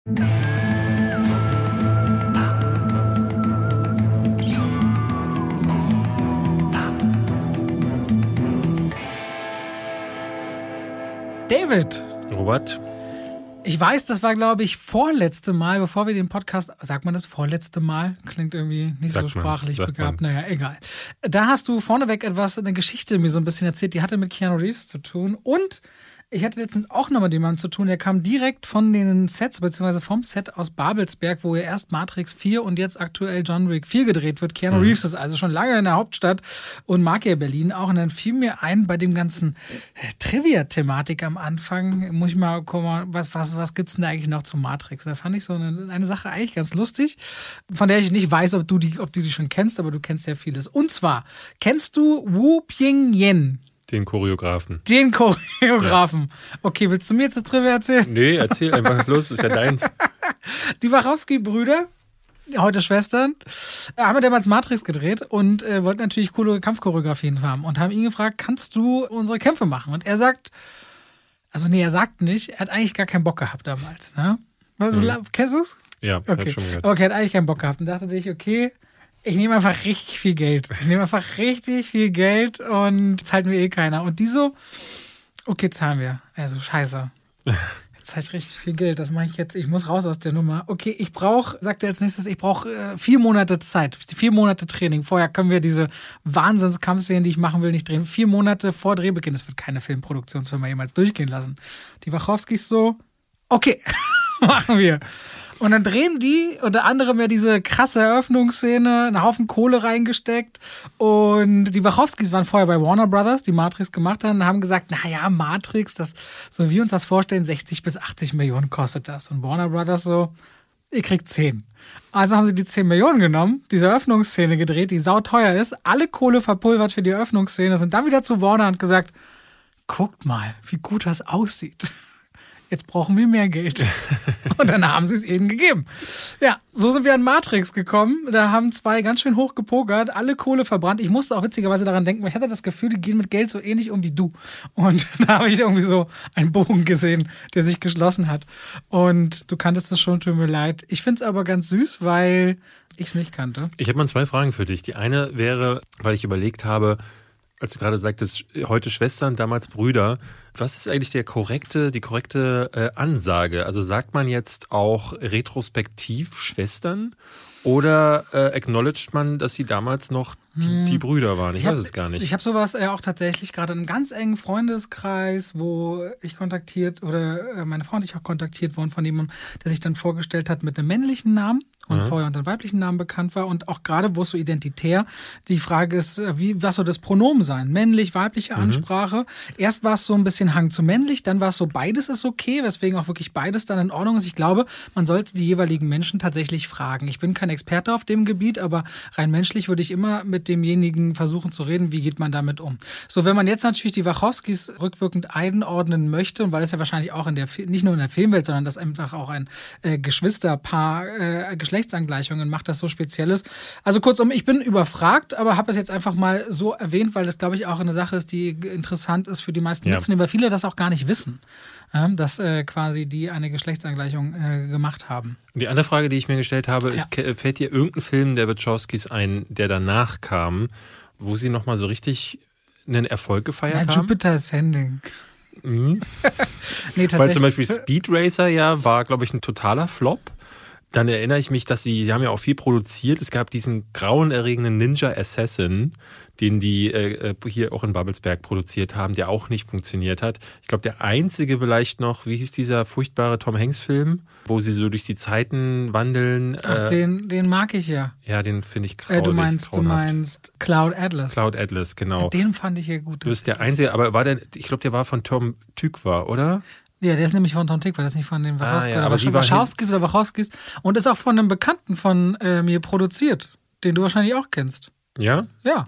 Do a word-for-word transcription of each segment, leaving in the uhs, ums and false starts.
David. Robert. Ich weiß, das war, glaube ich, vorletzte Mal, bevor wir den Podcast, sagt man das vorletzte Mal? Klingt irgendwie nicht sagt so sprachlich man, begabt. Naja, egal. Da hast du vorneweg etwas, eine Geschichte mir so ein bisschen erzählt, die hatte mit Keanu Reeves zu tun. Und ich hatte letztens auch noch mit jemandem zu tun, der kam direkt von den Sets, beziehungsweise vom Set aus Babelsberg, wo ja erst Matrix vier und jetzt aktuell John Wick vier gedreht wird. Keanu mhm. Reeves ist also schon lange in der Hauptstadt und mag ja Berlin auch. Und dann fiel mir ein, bei dem ganzen Trivia-Thematik am Anfang, muss ich mal gucken, was, was, was gibt's denn da eigentlich noch zu Matrix? Da fand ich so eine, eine Sache eigentlich ganz lustig, von der ich nicht weiß, ob du die, ob du die schon kennst, aber du kennst ja vieles. Und zwar, kennst du Wu Ping-Yen? Den Choreografen. Den Choreografen. Ja. Okay, willst du mir jetzt das Trivia erzählen? Nee, erzähl einfach los, ist ja deins. Die Wachowski-Brüder, heute Schwestern, haben ja damals Matrix gedreht und äh, wollten natürlich coole Kampfchoreografien haben und haben ihn gefragt, kannst du unsere Kämpfe machen? Und er sagt, also nee, er sagt nicht, er hat eigentlich gar keinen Bock gehabt damals. Ne? Also, mhm. Kennst du es? Ja, okay. hab schon gehört. Okay, er hat eigentlich keinen Bock gehabt und dachte sich, okay, ich nehme einfach richtig viel Geld. Ich nehme einfach richtig viel Geld und zahlt mir eh keiner. Und die so, okay, zahlen wir. Also scheiße. Jetzt zahle ich richtig viel Geld. Das mache ich jetzt. Ich muss raus aus der Nummer. Okay, ich brauche, sagt er als nächstes, ich brauche äh, vier Monate Zeit. Vier Monate Training. Vorher können wir diese Wahnsinnskampfszenen, die ich machen will, nicht drehen. Vier Monate vor Drehbeginn. Das wird keine Filmproduktionsfirma jemals durchgehen lassen. Die Wachowskis so, okay, machen wir. Und dann drehen die unter anderem ja diese krasse Eröffnungsszene, einen Haufen Kohle reingesteckt. Und die Wachowskis waren vorher bei Warner Brothers, die Matrix gemacht haben, und haben gesagt, naja, Matrix, das, so wie wir uns das vorstellen, sechzig bis achtzig Millionen kostet das. Und Warner Brothers so, ihr kriegt zehn. Also haben sie die zehn Millionen genommen, diese Eröffnungsszene gedreht, die sauteuer ist, alle Kohle verpulvert für die Eröffnungsszene, sind dann wieder zu Warner und gesagt, guckt mal, wie gut das aussieht. Jetzt brauchen wir mehr Geld. Und dann haben sie es ihnen gegeben. Ja, so sind wir an Matrix gekommen. Da haben zwei ganz schön hoch gepokert, alle Kohle verbrannt. Ich musste auch witzigerweise daran denken, weil ich hatte das Gefühl, die gehen mit Geld so ähnlich um wie du. Und da habe ich irgendwie so einen Bogen gesehen, der sich geschlossen hat. Und du kanntest das schon, tut mir leid. Ich finde es aber ganz süß, weil ich es nicht kannte. Ich habe mal zwei Fragen für dich. Die eine wäre, weil ich überlegt habe, als du gerade sagtest, heute Schwestern, damals Brüder. Was ist eigentlich der korrekte, die korrekte äh, Ansage? Also sagt man jetzt auch retrospektiv Schwestern oder äh, acknowledgt man, dass sie damals noch die, die Brüder waren? Ich, ich weiß hab, es gar nicht. Ich habe sowas ja auch tatsächlich gerade in einem ganz engen Freundeskreis, wo ich kontaktiert oder meine Frau und ich auch kontaktiert wurden von jemandem, der sich dann vorgestellt hat mit einem männlichen Namen und mhm. vorher unter einem weiblichen Namen bekannt war. Und auch gerade, wo es so identitär die Frage ist, wie, was soll das Pronomen sein? Männlich, weibliche Ansprache. Mhm. Erst war es so ein bisschen Hang zu männlich, dann war es so, beides ist okay, weswegen auch wirklich beides dann in Ordnung ist. Ich glaube, man sollte die jeweiligen Menschen tatsächlich fragen. Ich bin kein Experte auf dem Gebiet, aber rein menschlich würde ich immer mit demjenigen versuchen zu reden, wie geht man damit um. So, wenn man jetzt natürlich die Wachowskis rückwirkend einordnen möchte, und weil es ja wahrscheinlich auch in der, nicht nur in der Filmwelt, sondern das einfach auch ein äh, Geschwisterpaar äh, Geschlechtsangleichungen macht, das so speziell ist. Also kurzum, ich bin überfragt, aber habe es jetzt einfach mal so erwähnt, weil das, glaube ich, auch eine Sache ist, die interessant ist für die meisten ja. Nutzen, weil viele das auch gar nicht wissen, äh, dass äh, quasi die eine Geschlechtsangleichung äh, gemacht haben. Und die andere Frage, die ich mir gestellt habe, ja. ist, fällt dir irgendein Film der Wachowskis ein, der danach kam, wo sie nochmal so richtig einen Erfolg gefeiert ja, haben? Jupiter Ascending. Mhm. nee, tatsächlich. Weil zum Beispiel Speed Racer ja war, glaube ich, ein totaler Flop. Dann erinnere ich mich, dass sie, die haben ja auch viel produziert. Es gab diesen grauenerregenden Ninja Assassin, den die äh, hier auch in Babelsberg produziert haben, der auch nicht funktioniert hat. Ich glaube, der einzige vielleicht noch, wie hieß dieser furchtbare Tom Hanks-Film, wo sie so durch die Zeiten wandeln. Ach, äh, den, den mag ich ja. Ja, den finde ich graulig, äh, du meinst, grauenhaft. Du meinst Cloud Atlas. Cloud Atlas, genau. Ja, den fand ich ja gut. Du bist der einzige, aber war der, ich glaube, der war von Tom Tykwer, oder? Ja, der ist nämlich von Tom Tykwer, das ist nicht von den Wachowskis, ah, ja, aber aber Wachowskis oder Wachowskis und ist auch von einem Bekannten von äh, mir produziert, den du wahrscheinlich auch kennst. Ja? Ja.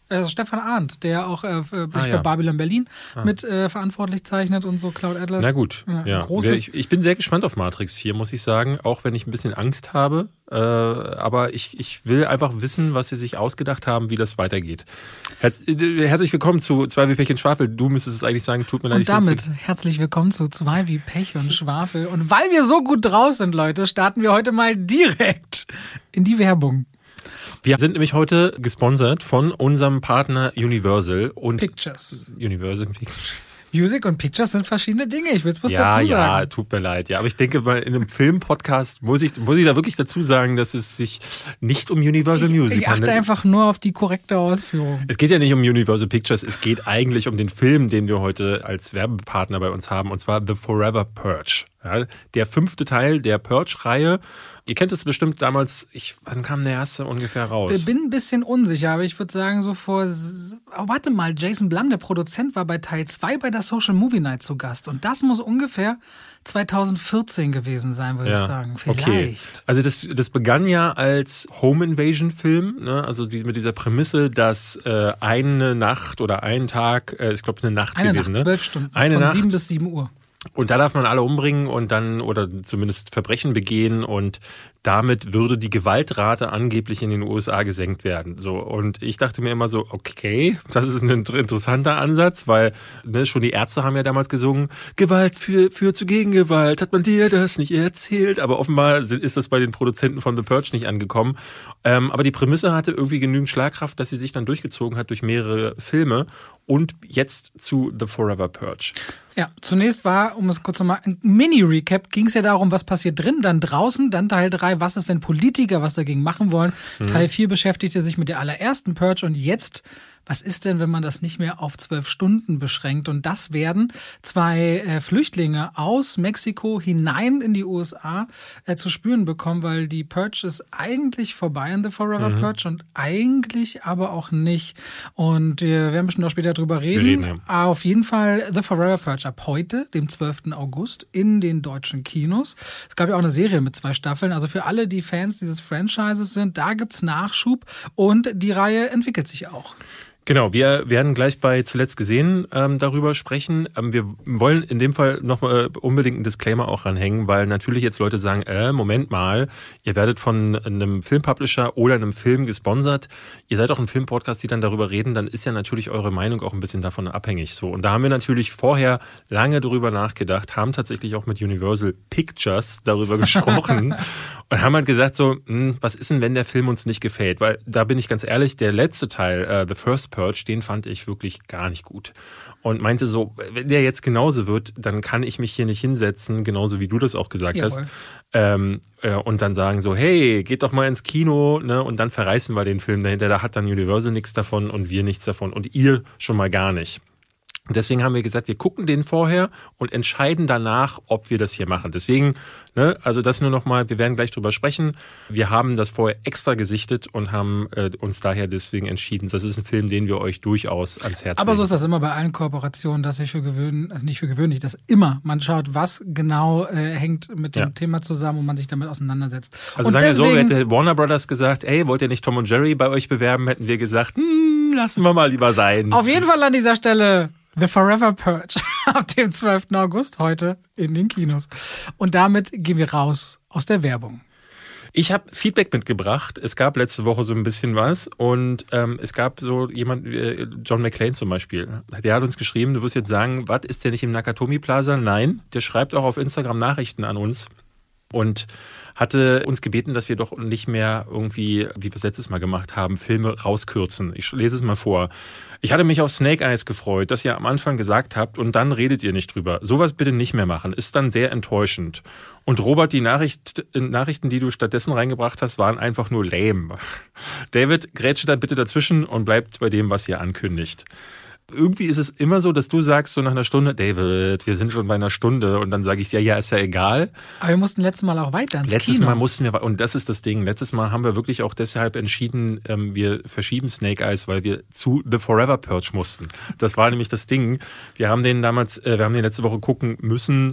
Also Stefan Arndt, der auch äh, ah, bei ja. Babylon Berlin ah. mit äh, verantwortlich zeichnet und so, Cloud Atlas. Na gut, ja. ja. Großes ich, ich bin sehr gespannt auf Matrix vier, muss ich sagen, auch wenn ich ein bisschen Angst habe. Äh, aber ich, ich will einfach wissen, was sie sich ausgedacht haben, wie das weitergeht. Herz, äh, herzlich willkommen zu Zwei wie Pech und Schwafel. Du müsstest es eigentlich sagen, tut mir leid. Und damit herzlich willkommen zu Zwei wie Pech und Schwafel. Und weil wir so gut draus sind, Leute, starten wir heute mal direkt in die Werbung. Wir sind nämlich heute gesponsert von unserem Partner Universal und Pictures. Universal Pictures. Music und Pictures sind verschiedene Dinge. Ich will es bloß ja, dazu sagen. Ja, ja, tut mir leid. Ja, aber ich denke mal, in einem Film-Podcast muss ich, muss ich da wirklich dazu sagen, dass es sich nicht um Universal ich, Music ich achte handelt. einfach nur auf die korrekte Ausführung. Es geht ja nicht um Universal Pictures, es geht eigentlich um den Film, den wir heute als Werbepartner bei uns haben, und zwar The Forever Purge. Ja, der fünfte Teil der Purge-Reihe. Ihr kennt es bestimmt damals, ich, wann kam der erste ungefähr raus? Ich bin ein bisschen unsicher, aber ich würde sagen, so vor. Oh, warte mal, Jason Blum, der Produzent, war bei Teil zwei bei der Social Movie Night zu Gast. Und das muss ungefähr zweitausendvierzehn gewesen sein, würde ja, ich sagen. Vielleicht. Okay. Also das, das begann ja als Home Invasion Film, ne? Also die, mit dieser Prämisse, dass äh, eine Nacht oder ein Tag, äh, ich glaube eine Nacht eine gewesen, Nacht, ne? zwölf Stunden, eine von Nacht. sieben bis sieben Uhr. Und da darf man alle umbringen und dann, oder zumindest Verbrechen begehen, und damit würde die Gewaltrate angeblich in den U S A gesenkt werden. So, und ich dachte mir immer so, okay, das ist ein interessanter Ansatz, weil ne, schon die Ärzte haben ja damals gesungen, Gewalt führt für zu Gegengewalt, hat man dir das nicht erzählt? Aber offenbar ist das bei den Produzenten von The Purge nicht angekommen. Ähm, aber die Prämisse hatte irgendwie genügend Schlagkraft, dass sie sich dann durchgezogen hat durch mehrere Filme. Und jetzt zu The Forever Purge. Ja, zunächst war, um es kurz nochmal, ein Mini-Recap, ging es ja darum, was passiert drin, dann draußen, dann Teil drei, was ist, wenn Politiker was dagegen machen wollen. Mhm. Teil vier beschäftigte sich mit der allerersten Purge und jetzt, was ist denn, wenn man das nicht mehr auf zwölf Stunden beschränkt? Und das werden zwei äh, Flüchtlinge aus Mexiko hinein in die U S A äh, zu spüren bekommen, weil die Purge ist eigentlich vorbei an The Forever mhm. Purge und eigentlich aber auch nicht. Und äh, wir werden bestimmt auch später drüber reden. reden ja. Aber auf jeden Fall The Forever Purge ab heute, dem zwölften August, in den deutschen Kinos. Es gab ja auch eine Serie mit zwei Staffeln. Also für alle, die Fans dieses Franchises sind, da gibt's Nachschub und die Reihe entwickelt sich auch. Genau, wir werden gleich bei Zuletzt gesehen ähm, darüber sprechen. Ähm, wir wollen in dem Fall nochmal unbedingt einen Disclaimer auch ranhängen, weil natürlich jetzt Leute sagen, äh, Moment mal, ihr werdet von einem Filmpublisher oder einem Film gesponsert. Ihr seid auch ein Filmpodcast, die dann darüber reden, dann ist ja natürlich eure Meinung auch ein bisschen davon abhängig. So, und da haben wir natürlich vorher lange darüber nachgedacht, haben tatsächlich auch mit Universal Pictures darüber gesprochen und haben halt gesagt so, mh, was ist denn, wenn der Film uns nicht gefällt? Weil da bin ich ganz ehrlich, der letzte Teil, äh, The First Purge, den fand ich wirklich gar nicht gut. Und meinte so, wenn der jetzt genauso wird, dann kann ich mich hier nicht hinsetzen, genauso wie du das auch gesagt Jawohl. hast. Ähm, äh, und dann sagen so, hey, geht doch mal ins Kino, ne? Und dann verreißen wir den Film dahinter. Da hat dann Universal nichts davon und wir nichts davon und ihr schon mal gar nicht. Und deswegen haben wir gesagt, wir gucken den vorher und entscheiden danach, ob wir das hier machen. Deswegen, ne, also das nur nochmal, wir werden gleich drüber sprechen. Wir haben das vorher extra gesichtet und haben äh, uns daher deswegen entschieden, das ist ein Film, den wir euch durchaus ans Herz legen. Aber so ist das immer bei allen Kooperationen, dass ich für gewöhnlich, also nicht für gewöhnlich, dass immer man schaut, was genau äh, hängt mit dem ja. Thema zusammen und man sich damit auseinandersetzt. Also und sagen deswegen, wir so, hätte Warner Brothers gesagt, ey, wollt ihr nicht Tom und Jerry bei euch bewerben, hätten wir gesagt, hm, lassen wir mal lieber sein. Auf jeden Fall an dieser Stelle The Forever Purge ab dem zwölften August heute in den Kinos. Und damit gehen wir raus aus der Werbung. Ich habe Feedback mitgebracht. Es gab letzte Woche so ein bisschen was und ähm, es gab so jemand, äh, John McClane zum Beispiel, der hat uns geschrieben, du wirst jetzt sagen, was, ist der nicht im Nakatomi Plaza? Nein, der schreibt auch auf Instagram Nachrichten an uns und hatte uns gebeten, dass wir doch nicht mehr irgendwie, wie wir es letztes Mal gemacht haben, Filme rauskürzen. Ich lese es mal vor. Ich hatte mich auf Snake Eyes gefreut, dass ihr am Anfang gesagt habt und dann redet ihr nicht drüber. Sowas bitte nicht mehr machen. Ist dann sehr enttäuschend. Und Robert, die Nachricht, Nachrichten, die du stattdessen reingebracht hast, waren einfach nur lame. David, grätsche da bitte dazwischen und bleibt bei dem, was ihr ankündigt. Irgendwie ist es immer so, dass du sagst so nach einer Stunde, David, wir sind schon bei einer Stunde und dann sage ich, ja, ja, ist ja egal. Aber wir mussten letztes Mal auch weiter ins Letztes Kino. Mal mussten wir, und das ist das Ding, letztes Mal haben wir wirklich auch deshalb entschieden, ähm, wir verschieben Snake Eyes, weil wir zu The Forever Purge mussten. Das war nämlich das Ding. Wir haben den damals, äh, wir haben den letzte Woche gucken müssen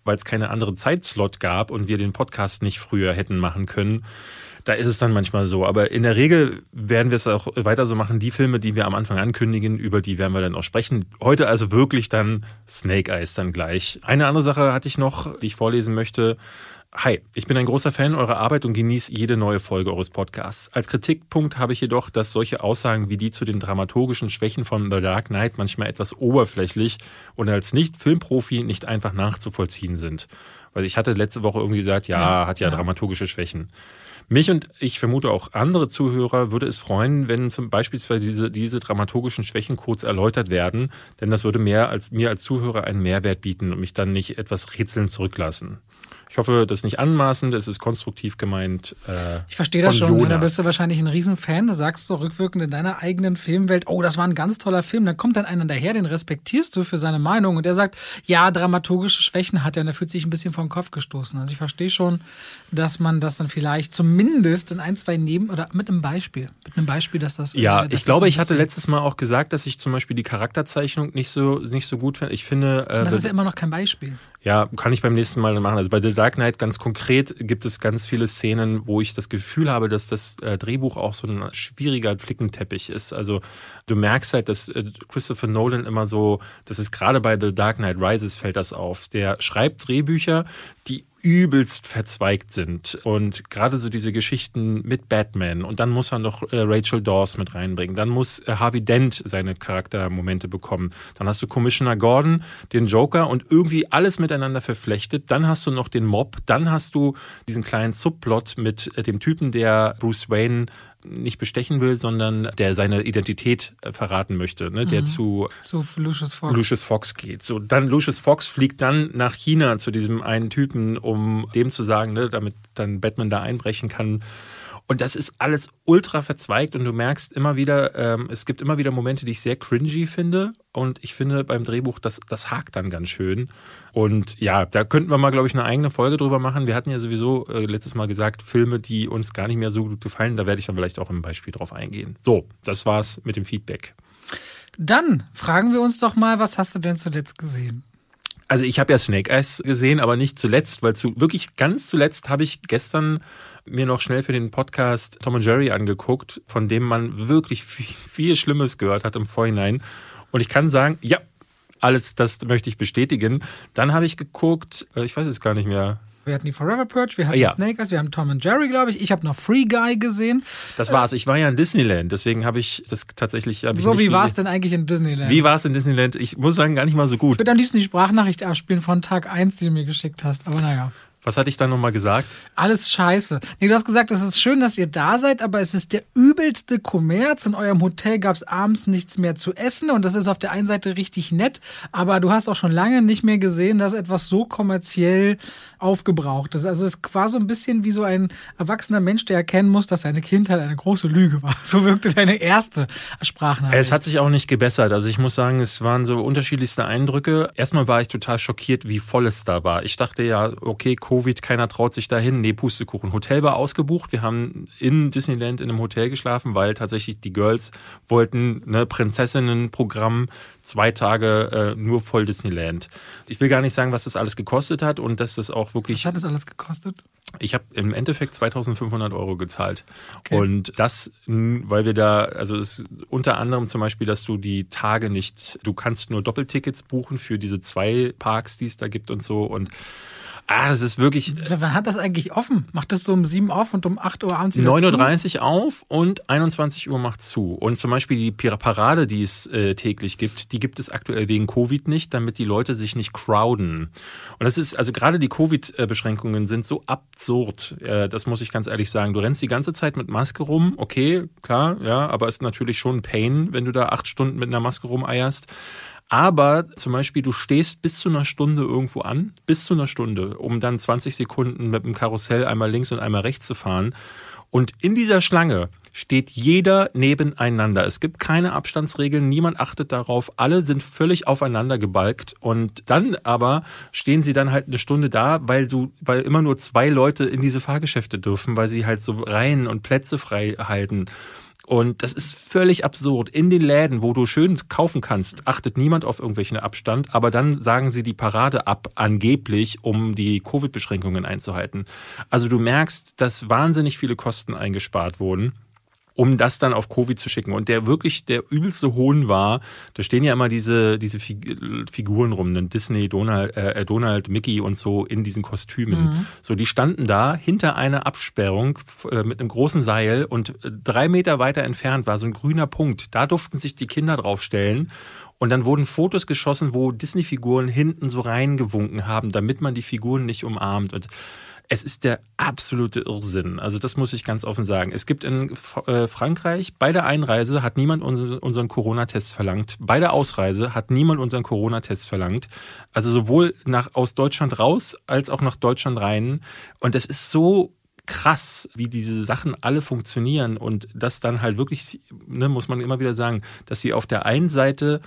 weil es keine andere Zeitslot gab und wir den Podcast nicht früher hätten machen können. Da ist es dann manchmal so. Aber in der Regel werden wir es auch weiter so machen. Die Filme, die wir am Anfang ankündigen, über die werden wir dann auch sprechen. Heute also wirklich dann Snake Eyes dann gleich. Eine andere Sache hatte ich noch, die ich vorlesen möchte. Hi, ich bin ein großer Fan eurer Arbeit und genieße jede neue Folge eures Podcasts. Als Kritikpunkt habe ich jedoch, dass solche Aussagen wie die zu den dramaturgischen Schwächen von The Dark Knight manchmal etwas oberflächlich und als Nicht-Filmprofi nicht einfach nachzuvollziehen sind. Weil ich hatte letzte Woche irgendwie gesagt, ja, ja hat ja, ja dramaturgische Schwächen. Mich und ich vermute auch andere Zuhörer würde es freuen, wenn zum Beispiel diese, diese dramaturgischen Schwächen kurz erläutert werden, denn das würde mehr als, mir als Zuhörer einen Mehrwert bieten und mich dann nicht etwas rätseln zurücklassen. Ich hoffe, das ist nicht anmaßend, es ist konstruktiv gemeint. Äh, ich verstehe das schon, Jonas. Da bist du wahrscheinlich ein Riesenfan, du sagst so rückwirkend in deiner eigenen Filmwelt, oh, das war ein ganz toller Film, dann kommt dann einer daher, den respektierst du für seine Meinung und der sagt, ja, dramaturgische Schwächen hat er und er fühlt sich ein bisschen vor den Kopf gestoßen. Also ich verstehe schon, dass man das dann vielleicht zumindest in ein, zwei Neben- oder mit einem Beispiel, mit einem Beispiel, dass das... Ja, äh, dass ich glaube, so ich hatte letztes Mal auch gesagt, dass ich zum Beispiel die Charakterzeichnung nicht so, nicht so gut finde. Ich finde... Äh, das ist ja immer noch kein Beispiel. Ja, kann ich beim nächsten Mal machen. Also bei The Dark Knight ganz konkret gibt es ganz viele Szenen, wo ich das Gefühl habe, dass das äh, Drehbuch auch so ein schwieriger Flickenteppich ist. Also du merkst halt, dass äh, Christopher Nolan immer so, das ist gerade bei The Dark Knight Rises fällt das auf. Der schreibt Drehbücher, die übelst verzweigt sind und gerade so diese Geschichten mit Batman und dann muss er noch äh, Rachel Dawes mit reinbringen, dann muss äh, Harvey Dent seine Charaktermomente bekommen, dann hast du Commissioner Gordon, den Joker und irgendwie alles miteinander verflechtet, dann hast du noch den Mob, dann hast du diesen kleinen Subplot mit äh, dem Typen, der Bruce Wayne nicht bestechen will, sondern der seine Identität verraten möchte, ne? Der mhm. zu, zu Lucius Fox. Lucius Fox geht. So, dann Lucius Fox fliegt dann nach China zu diesem einen Typen, um dem zu sagen, ne, damit dann Batman da einbrechen kann. Und das ist alles ultra verzweigt und du merkst immer wieder, ähm, es gibt immer wieder Momente, die ich sehr cringy finde und ich finde beim Drehbuch, das, das hakt dann ganz schön. Und ja, da könnten wir mal, glaube ich, eine eigene Folge drüber machen. Wir hatten ja sowieso äh, letztes Mal gesagt, Filme, die uns gar nicht mehr so gut gefallen, da werde ich dann vielleicht auch im Beispiel drauf eingehen. So, das war's mit dem Feedback. Dann fragen wir uns doch mal, was hast du denn zuletzt gesehen? Also ich habe ja Snake Eyes gesehen, aber nicht zuletzt, weil zu wirklich ganz zuletzt habe ich gestern mir noch schnell für den Podcast Tom und Jerry angeguckt, von dem man wirklich viel, viel Schlimmes gehört hat im Vorhinein. Und ich kann sagen, ja, alles das möchte ich bestätigen. Dann habe ich geguckt, ich weiß es gar nicht mehr. Wir hatten die Forever Purge, wir hatten ja. Snake Eyes, wir haben Tom und Jerry, glaube ich. Ich habe noch Free Guy gesehen. Das war's. Ich war ja in Disneyland, deswegen habe ich das tatsächlich... Hab ich so, nicht wie war es denn eigentlich in Disneyland? Wie war es in Disneyland? Ich muss sagen, gar nicht mal so gut. Ich würde am liebsten die Sprachnachricht abspielen von Tag eins, die du mir geschickt hast, aber naja. Was hatte ich da nochmal gesagt? Alles scheiße. Nee, du hast gesagt, es ist schön, dass ihr da seid, aber es ist der übelste Kommerz. In eurem Hotel gab es abends nichts mehr zu essen und das ist auf der einen Seite richtig nett, aber du hast auch schon lange nicht mehr gesehen, dass etwas so kommerziell aufgebraucht ist. Also es war so ein bisschen wie so ein erwachsener Mensch, der erkennen muss, dass seine Kindheit eine große Lüge war. So wirkte deine erste Sprachnachricht. Es hat sich auch nicht gebessert. Also ich muss sagen, es waren so unterschiedlichste Eindrücke. Erstmal war ich total schockiert, wie voll es da war. Ich dachte ja, okay, Covid, keiner traut sich dahin. Nee, Pustekuchen. Hotel war ausgebucht. Wir haben in Disneyland in einem Hotel geschlafen, weil tatsächlich die Girls wollten, ne, Prinzessinnenprogramm, zwei Tage äh, nur voll Disneyland. Ich will gar nicht sagen, was das alles gekostet hat und dass das auch wirklich... Was hat das alles gekostet? Ich habe im Endeffekt zweitausendfünfhundert Euro gezahlt. Okay. Und das, weil wir da, also es ist unter anderem zum Beispiel, dass du die Tage nicht, du kannst nur Doppeltickets buchen für diese zwei Parks, die es da gibt und so. Und ah, es ist wirklich... Wann hat das eigentlich offen? Macht das so um sieben auf und um acht Uhr abends wieder neun Uhr zu? dreißig auf und einundzwanzig Uhr macht zu. Und zum Beispiel die Parade, die es äh, täglich gibt, die gibt es aktuell wegen Covid nicht, damit die Leute sich nicht crowden. Und das ist, also gerade die Covid-Beschränkungen sind so absurd, äh, das muss ich ganz ehrlich sagen. Du rennst die ganze Zeit mit Maske rum, okay, klar, ja, aber es ist natürlich schon ein Pain, wenn du da acht Stunden mit einer Maske rumeierst. Aber zum Beispiel, du stehst bis zu einer Stunde irgendwo an, bis zu einer Stunde, um dann zwanzig Sekunden mit dem Karussell einmal links und einmal rechts zu fahren. Und in dieser Schlange steht jeder nebeneinander. Es gibt keine Abstandsregeln, niemand achtet darauf. Alle sind völlig aufeinander gebalgt. Und dann aber stehen sie dann halt eine Stunde da, weil du, weil immer nur zwei Leute in diese Fahrgeschäfte dürfen, weil sie halt so Reihen und Plätze frei halten. Und das ist völlig absurd. In den Läden, wo du schön kaufen kannst, achtet niemand auf irgendwelchen Abstand, aber dann sagen sie die Parade ab, angeblich, um die Covid-Beschränkungen einzuhalten. Also du merkst, dass wahnsinnig viele Kosten eingespart wurden, um das dann auf Covid zu schicken. Und der wirklich der übelste Hohn war, da stehen ja immer diese diese Figuren rum, ne? Disney, Donald, äh, Donald, Mickey und so in diesen Kostümen. Mhm. So, die standen da hinter einer Absperrung äh, mit einem großen Seil und drei Meter weiter entfernt war so ein grüner Punkt. Da durften sich die Kinder draufstellen. Und dann wurden Fotos geschossen, wo Disney-Figuren hinten so reingewunken haben, damit man die Figuren nicht umarmt. Und es ist der absolute Irrsinn. Also das muss ich ganz offen sagen. Es gibt in äh, Frankreich, bei der Einreise hat niemand unseren, unseren Corona-Test verlangt. Bei der Ausreise hat niemand unseren Corona-Test verlangt. Also sowohl nach, aus Deutschland raus, als auch nach Deutschland rein. Und es ist so krass, wie diese Sachen alle funktionieren. Und das dann halt wirklich, ne, muss man immer wieder sagen, dass sie auf der einen Seite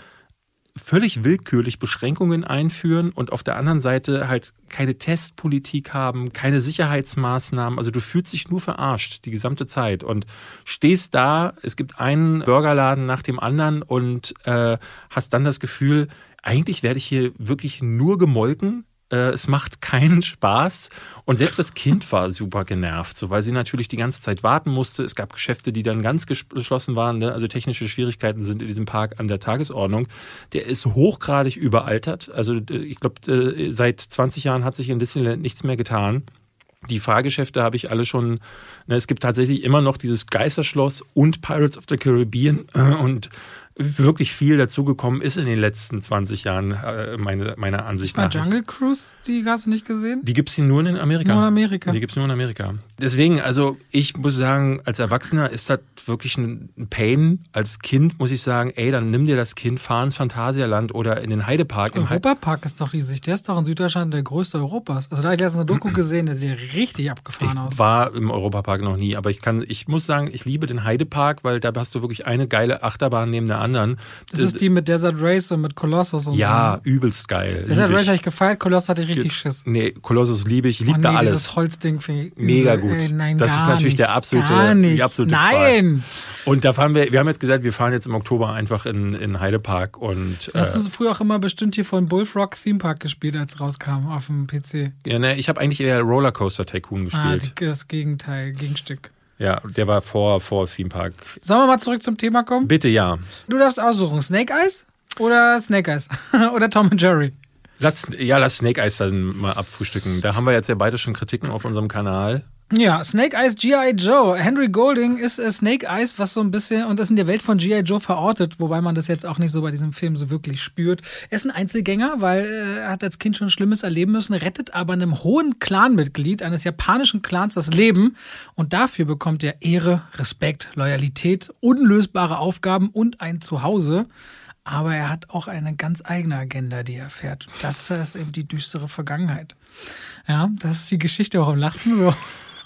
völlig willkürlich Beschränkungen einführen und auf der anderen Seite halt keine Testpolitik haben, keine Sicherheitsmaßnahmen. Also du fühlst dich nur verarscht die gesamte Zeit und stehst da, es gibt einen Burgerladen nach dem anderen und äh, hast dann das Gefühl, eigentlich werde ich hier wirklich nur gemolken. Es macht keinen Spaß und selbst das Kind war super genervt, so weil sie natürlich die ganze Zeit warten musste. Es gab Geschäfte, die dann ganz geschlossen waren, ne? Also technische Schwierigkeiten sind in diesem Park an der Tagesordnung. Der ist hochgradig überaltert. Also ich glaube, seit zwanzig Jahren hat sich in Disneyland nichts mehr getan. Die Fahrgeschäfte habe ich alle schon, ne? Es gibt tatsächlich immer noch dieses Geisterschloss und Pirates of the Caribbean und wirklich viel dazugekommen ist in den letzten zwanzig Jahren, meine, meiner Ansicht nach. Jungle Cruise, die hast du nicht gesehen? Die gibt's hier nur in Amerika. Nur in Amerika. Die gibt's nur in Amerika. Deswegen, also ich muss sagen, als Erwachsener ist das wirklich ein Pain. Als Kind muss ich sagen, ey, dann nimm dir das Kind, fahr ins Phantasialand oder in den Heidepark. Europapark ist doch riesig. Der ist doch in Süddeutschland der größte Europas. Also da habe ich letztens eine Doku gesehen, der sieht ja richtig abgefahren ich aus. Ich war im Europapark noch nie, aber ich kann, ich muss sagen, ich liebe den Heidepark, weil da hast du wirklich eine geile Achterbahn neben der anderen. Das ist die mit Desert Race und mit Colossus und ja, so. Ja, übelst geil. Desert Race habe ich gefeiert, Colossus hatte ich richtig Schiss. Nee, Colossus liebe ich, ich liebe oh, nee, da alles. Dieses Holzding finde ich mega gut. Ey, nein, das ist natürlich nicht, der absolute, gar nicht. die absolute Nein! Qual. Und da fahren wir, wir haben jetzt gesagt, wir fahren jetzt im Oktober einfach in, in Heidepark und. Hast äh, du früher auch immer bestimmt hier von Bullfrog Theme Park gespielt, als es rauskam auf dem P C? Ja, ne, ich habe eigentlich eher Rollercoaster Tycoon gespielt. Ah, das Gegenteil, Gegenstück. Ja, der war vor, vor Theme Park. Sollen wir mal zurück zum Thema kommen? Bitte, ja. Du darfst aussuchen, Snake Eyes oder Snake Eyes? Oder Tom and Jerry? Lass, ja, lass Snake Eyes dann mal abfrühstücken. Da haben wir jetzt ja beide schon Kritiken auf unserem Kanal. Ja, Snake Eyes G I. Joe. Henry Golding ist äh, Snake Eyes, was so ein bisschen, und ist in der Welt von G I. Joe verortet, wobei man das jetzt auch nicht so bei diesem Film so wirklich spürt. Er ist ein Einzelgänger, weil äh, er hat als Kind schon Schlimmes erleben müssen, rettet aber einem hohen Clanmitglied eines japanischen Clans das Leben und dafür bekommt er Ehre, Respekt, Loyalität, unlösbare Aufgaben und ein Zuhause. Aber er hat auch eine ganz eigene Agenda, die er fährt. Das ist eben die düstere Vergangenheit. Ja, das ist die Geschichte. Warum lachst du so?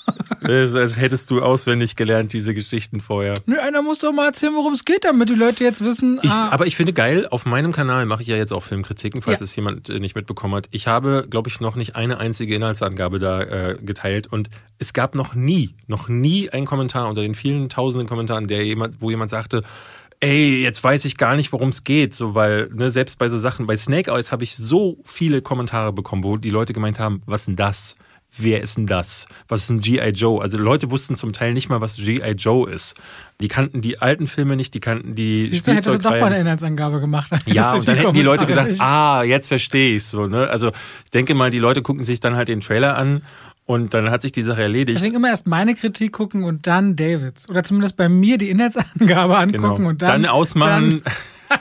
Als hättest du auswendig gelernt, diese Geschichten vorher. Nö, einer muss doch mal erzählen, worum es geht, damit die Leute jetzt wissen. Ich, ah, aber ich finde geil, auf meinem Kanal mache ich ja jetzt auch Filmkritiken, falls ja. es jemand nicht mitbekommen hat. Ich habe, glaube ich, noch nicht eine einzige Inhaltsangabe da äh, geteilt und es gab noch nie, noch nie einen Kommentar unter den vielen tausenden Kommentaren, der jemand, wo jemand sagte, ey, jetzt weiß ich gar nicht, worum es geht, so weil ne, selbst bei so Sachen, bei Snake Eyes habe ich so viele Kommentare bekommen, wo die Leute gemeint haben, was denn das? Wer ist denn das? Was ist ein G I. Joe? Also Leute wussten zum Teil nicht mal, was G I. Joe ist. Die kannten die alten Filme nicht, die kannten die Siehst du, hättest du doch mal eine Inhaltsangabe gemacht. Ja, und dann hätten die Leute gesagt, ah, jetzt verstehe ich's so, ne? Also ich denke mal, die Leute gucken sich dann halt den Trailer an und dann hat sich die Sache erledigt. Deswegen immer erst meine Kritik gucken und dann Davids. Oder zumindest bei mir die Inhaltsangabe angucken genau. und dann... Dann ausmachen. Dann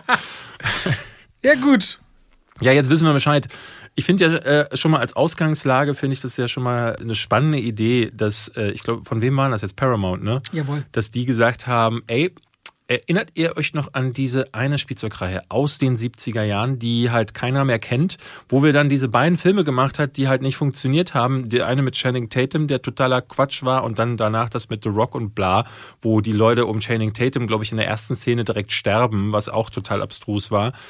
ja, gut. Ja, jetzt wissen wir Bescheid. Ich finde ja äh, schon mal als Ausgangslage, finde ich das ja schon mal eine spannende Idee, dass, äh, ich glaube, von wem waren das jetzt? Paramount, ne? Jawohl. Dass die gesagt haben, ey, erinnert ihr euch noch an diese eine Spielzeugreihe aus den siebziger Jahren, die halt keiner mehr kennt, wo wir dann diese beiden Filme gemacht hat, die halt nicht funktioniert haben. Der eine mit Channing Tatum, der totaler Quatsch war und dann danach das mit The Rock und bla, wo die Leute um Channing Tatum, glaube ich, in der ersten Szene direkt sterben, was auch total abstrus war.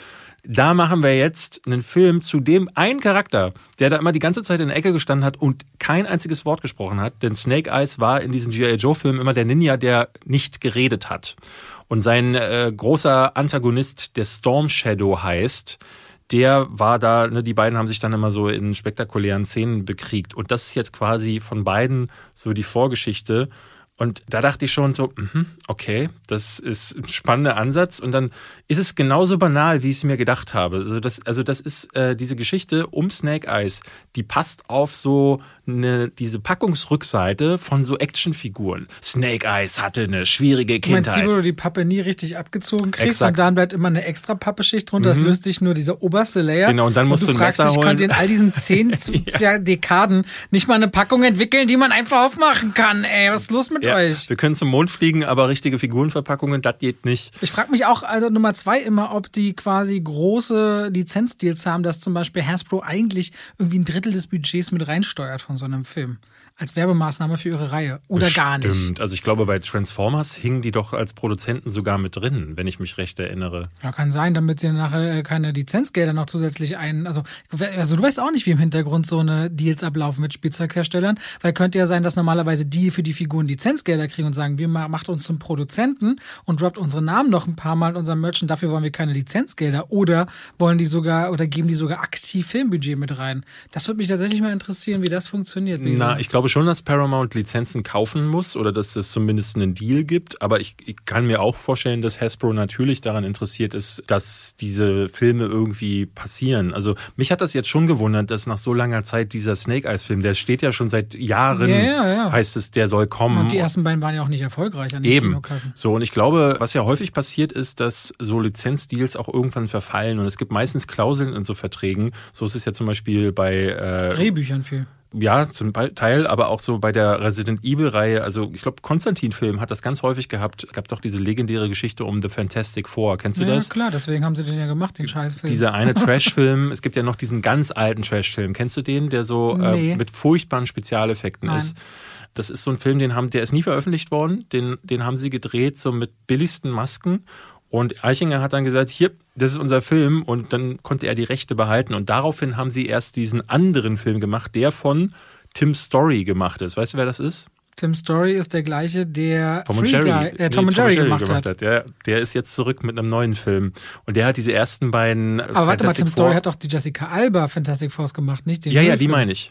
da machen wir jetzt einen Film zu dem einen Charakter, der da immer die ganze Zeit in der Ecke gestanden hat und kein einziges Wort gesprochen hat. Denn Snake Eyes war in diesen G I. Joe-Filmen immer der Ninja, der nicht geredet hat. Und sein äh, großer Antagonist, der Storm Shadow heißt, der war da, ne, die beiden haben sich dann immer so in spektakulären Szenen bekriegt. Und das ist jetzt quasi von beiden so die Vorgeschichte. Und da dachte ich schon so, okay, das ist ein spannender Ansatz. Und dann ist es genauso banal, wie ich es mir gedacht habe. Also das, also das ist äh, diese Geschichte um Snake Eyes, die passt auf so eine, diese Packungsrückseite von so Actionfiguren. Snake Eyes hatte eine schwierige Kindheit. Du meinst die, wo du die Pappe nie richtig abgezogen kriegst Exakt. Und dann bleibt immer eine extra Pappeschicht drunter, mhm. Das löst dich nur dieser oberste Layer. Genau, und dann musst und du, du ein fragst Messer dich, holen. konnte in all diesen zehn ja. Dekaden nicht mal eine Packung entwickeln, die man einfach aufmachen kann. Ey, was ist los mit ja, euch? Wir können zum Mond fliegen, aber richtige Figurenverpackungen, das geht nicht. Ich frage mich auch, also Nummer zwei immer, ob die quasi große Lizenzdeals haben, dass zum Beispiel Hasbro eigentlich irgendwie ein Drittel des Budgets mit reinsteuert von so einem Film. Als Werbemaßnahme für ihre Reihe. Oder Bestimmt. gar nicht. Stimmt. Also ich glaube, bei Transformers hingen die doch als Produzenten sogar mit drin, wenn ich mich recht erinnere. Ja, kann sein, damit sie nachher keine Lizenzgelder noch zusätzlich ein... Also, also du weißt auch nicht, wie im Hintergrund so eine Deals ablaufen mit Spielzeugherstellern, weil könnte ja sein, dass normalerweise die für die Figuren Lizenzgelder kriegen und sagen, wir macht uns zum Produzenten und droppt unsere Namen noch ein paar Mal in unserem Merch und dafür wollen wir keine Lizenzgelder. Oder wollen die sogar oder geben die sogar aktiv Filmbudget mit rein. Das würde mich tatsächlich mal interessieren, wie das funktioniert. Na, ich glaube schon, dass Paramount Lizenzen kaufen muss oder dass es zumindest einen Deal gibt, aber ich, ich kann mir auch vorstellen, dass Hasbro natürlich daran interessiert ist, dass diese Filme irgendwie passieren. Also mich hat das jetzt schon gewundert, dass nach so langer Zeit dieser Snake Eyes Film, der steht ja schon seit Jahren, ja, ja, ja. heißt es, der soll kommen. Und die ersten beiden waren ja auch nicht erfolgreich an den Eben. Kinokassen. So, und ich glaube, was ja häufig passiert ist, dass so Lizenzdeals auch irgendwann verfallen und es gibt meistens Klauseln in so Verträgen. So ist es ja zum Beispiel bei äh, Drehbüchern viel. Ja, zum Teil, aber auch so bei der Resident Evil-Reihe. Also ich glaube, Konstantin-Film hat das ganz häufig gehabt. Es gab doch diese legendäre Geschichte um The Fantastic Four. Kennst du ja, das? Ja, klar, deswegen haben sie den ja gemacht, den Scheißfilm. Dieser eine Trash-Film. Es gibt ja noch diesen ganz alten Trash-Film. Kennst du den, der so nee. äh, mit furchtbaren Spezialeffekten Nein. ist? Das ist so ein Film, den haben, der ist nie veröffentlicht worden. Den, den haben sie gedreht, so mit billigsten Masken. Und Eichinger hat dann gesagt, hier, das ist unser Film. Und dann konnte er die Rechte behalten. Und daraufhin haben sie erst diesen anderen Film gemacht, der von Tim Story gemacht ist. Weißt du, wer das ist? Tim Story ist der gleiche, der Tom und Jerry, Guy, äh, Tom nee, und Jerry, Jerry gemacht, gemacht hat. hat. Der, der ist jetzt zurück mit einem neuen Film. Und der hat diese ersten beiden Aber Fantastic warte mal, Tim Story hat doch die Jessica Alba Fantastic Four gemacht, nicht den Ja, Müllfilm. Ja, die meine ich.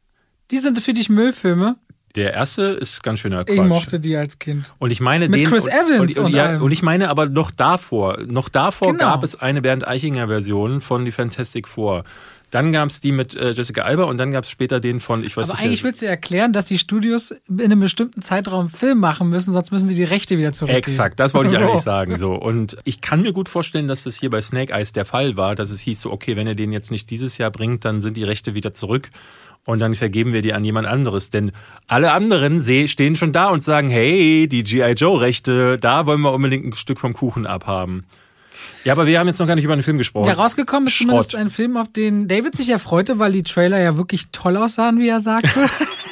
Die sind für dich Müllfilme? Der erste ist ganz schöner Quatsch. Ich mochte die als Kind. Und ich meine mit den Chris und, Evans und, und, und, ja, allem. und ich meine aber noch davor, noch davor genau. gab es eine Bernd Eichinger Version von die Fantastic Four. Dann gab es die mit äh, Jessica Alba und dann gab es später den von, ich weiß Aber nicht. Aber eigentlich willst du erklären, dass die Studios in einem bestimmten Zeitraum Film machen müssen, sonst müssen sie die Rechte wieder zurückgeben. Exakt, das wollte ich so. eigentlich sagen. So. Und ich kann mir gut vorstellen, dass das hier bei Snake Eyes der Fall war, dass es hieß so, okay, wenn ihr den jetzt nicht dieses Jahr bringt, dann sind die Rechte wieder zurück. Und dann vergeben wir die an jemand anderes. Denn alle anderen stehen schon da und sagen, hey, die G I. Joe-Rechte, da wollen wir unbedingt ein Stück vom Kuchen abhaben. Ja, aber wir haben jetzt noch gar nicht über den Film gesprochen. Ja, rausgekommen ist Schrott. Zumindest ein Film, auf den David sich ja freute, weil die Trailer ja wirklich toll aussahen, wie er sagte.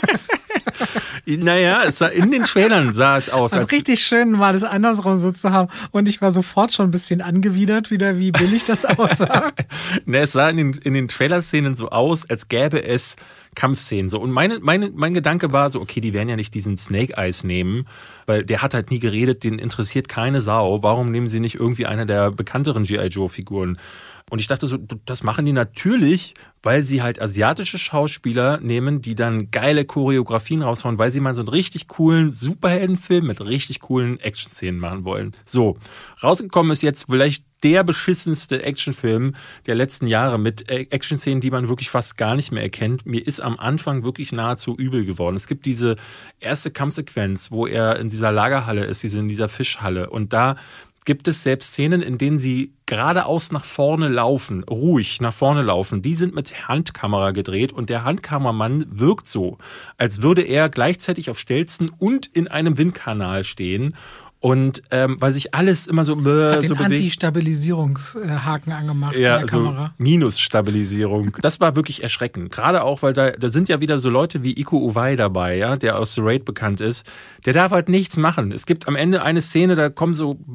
Naja, es sah, in den Trailern sah es aus. Was als richtig schön war, das andersrum so zu haben. Und ich war sofort schon ein bisschen angewidert, wieder wie billig das aussah. Ne, es sah in den, in den Trailer-Szenen so aus, als gäbe es Kampfszenen. So. Und meine, meine, mein Gedanke war so, okay, die werden ja nicht diesen Snake Eyes nehmen, weil der hat halt nie geredet, den interessiert keine Sau. Warum nehmen sie nicht irgendwie eine der bekannteren G I. Joe-Figuren? Und ich dachte so, das machen die natürlich, weil sie halt asiatische Schauspieler nehmen, die dann geile Choreografien raushauen, weil sie mal so einen richtig coolen Superheldenfilm mit richtig coolen Action-Szenen machen wollen. So, rausgekommen ist jetzt vielleicht der beschissenste Actionfilm der letzten Jahre mit Action-Szenen, die man wirklich fast gar nicht mehr erkennt. Mir ist am Anfang wirklich nahezu übel geworden. Es gibt diese erste Kampfsequenz, wo er in dieser Lagerhalle ist, diese in dieser Fischhalle. Und da gibt es selbst Szenen, in denen sie geradeaus nach vorne laufen, ruhig nach vorne laufen. Die sind mit Handkamera gedreht und der Handkameramann wirkt so, als würde er gleichzeitig auf Stelzen und in einem Windkanal stehen. Und ähm, weil sich alles immer so, äh, Hat den so bewegt. Anti-Stabilisierungshaken angemacht ja, in der so Kamera. Minus-Stabilisierung. Das war wirklich erschreckend. Gerade auch, weil da, da sind ja wieder so Leute wie Iko Uwei dabei, ja, der aus The Raid bekannt ist. Der darf halt nichts machen. Es gibt am Ende eine Szene, da kommen so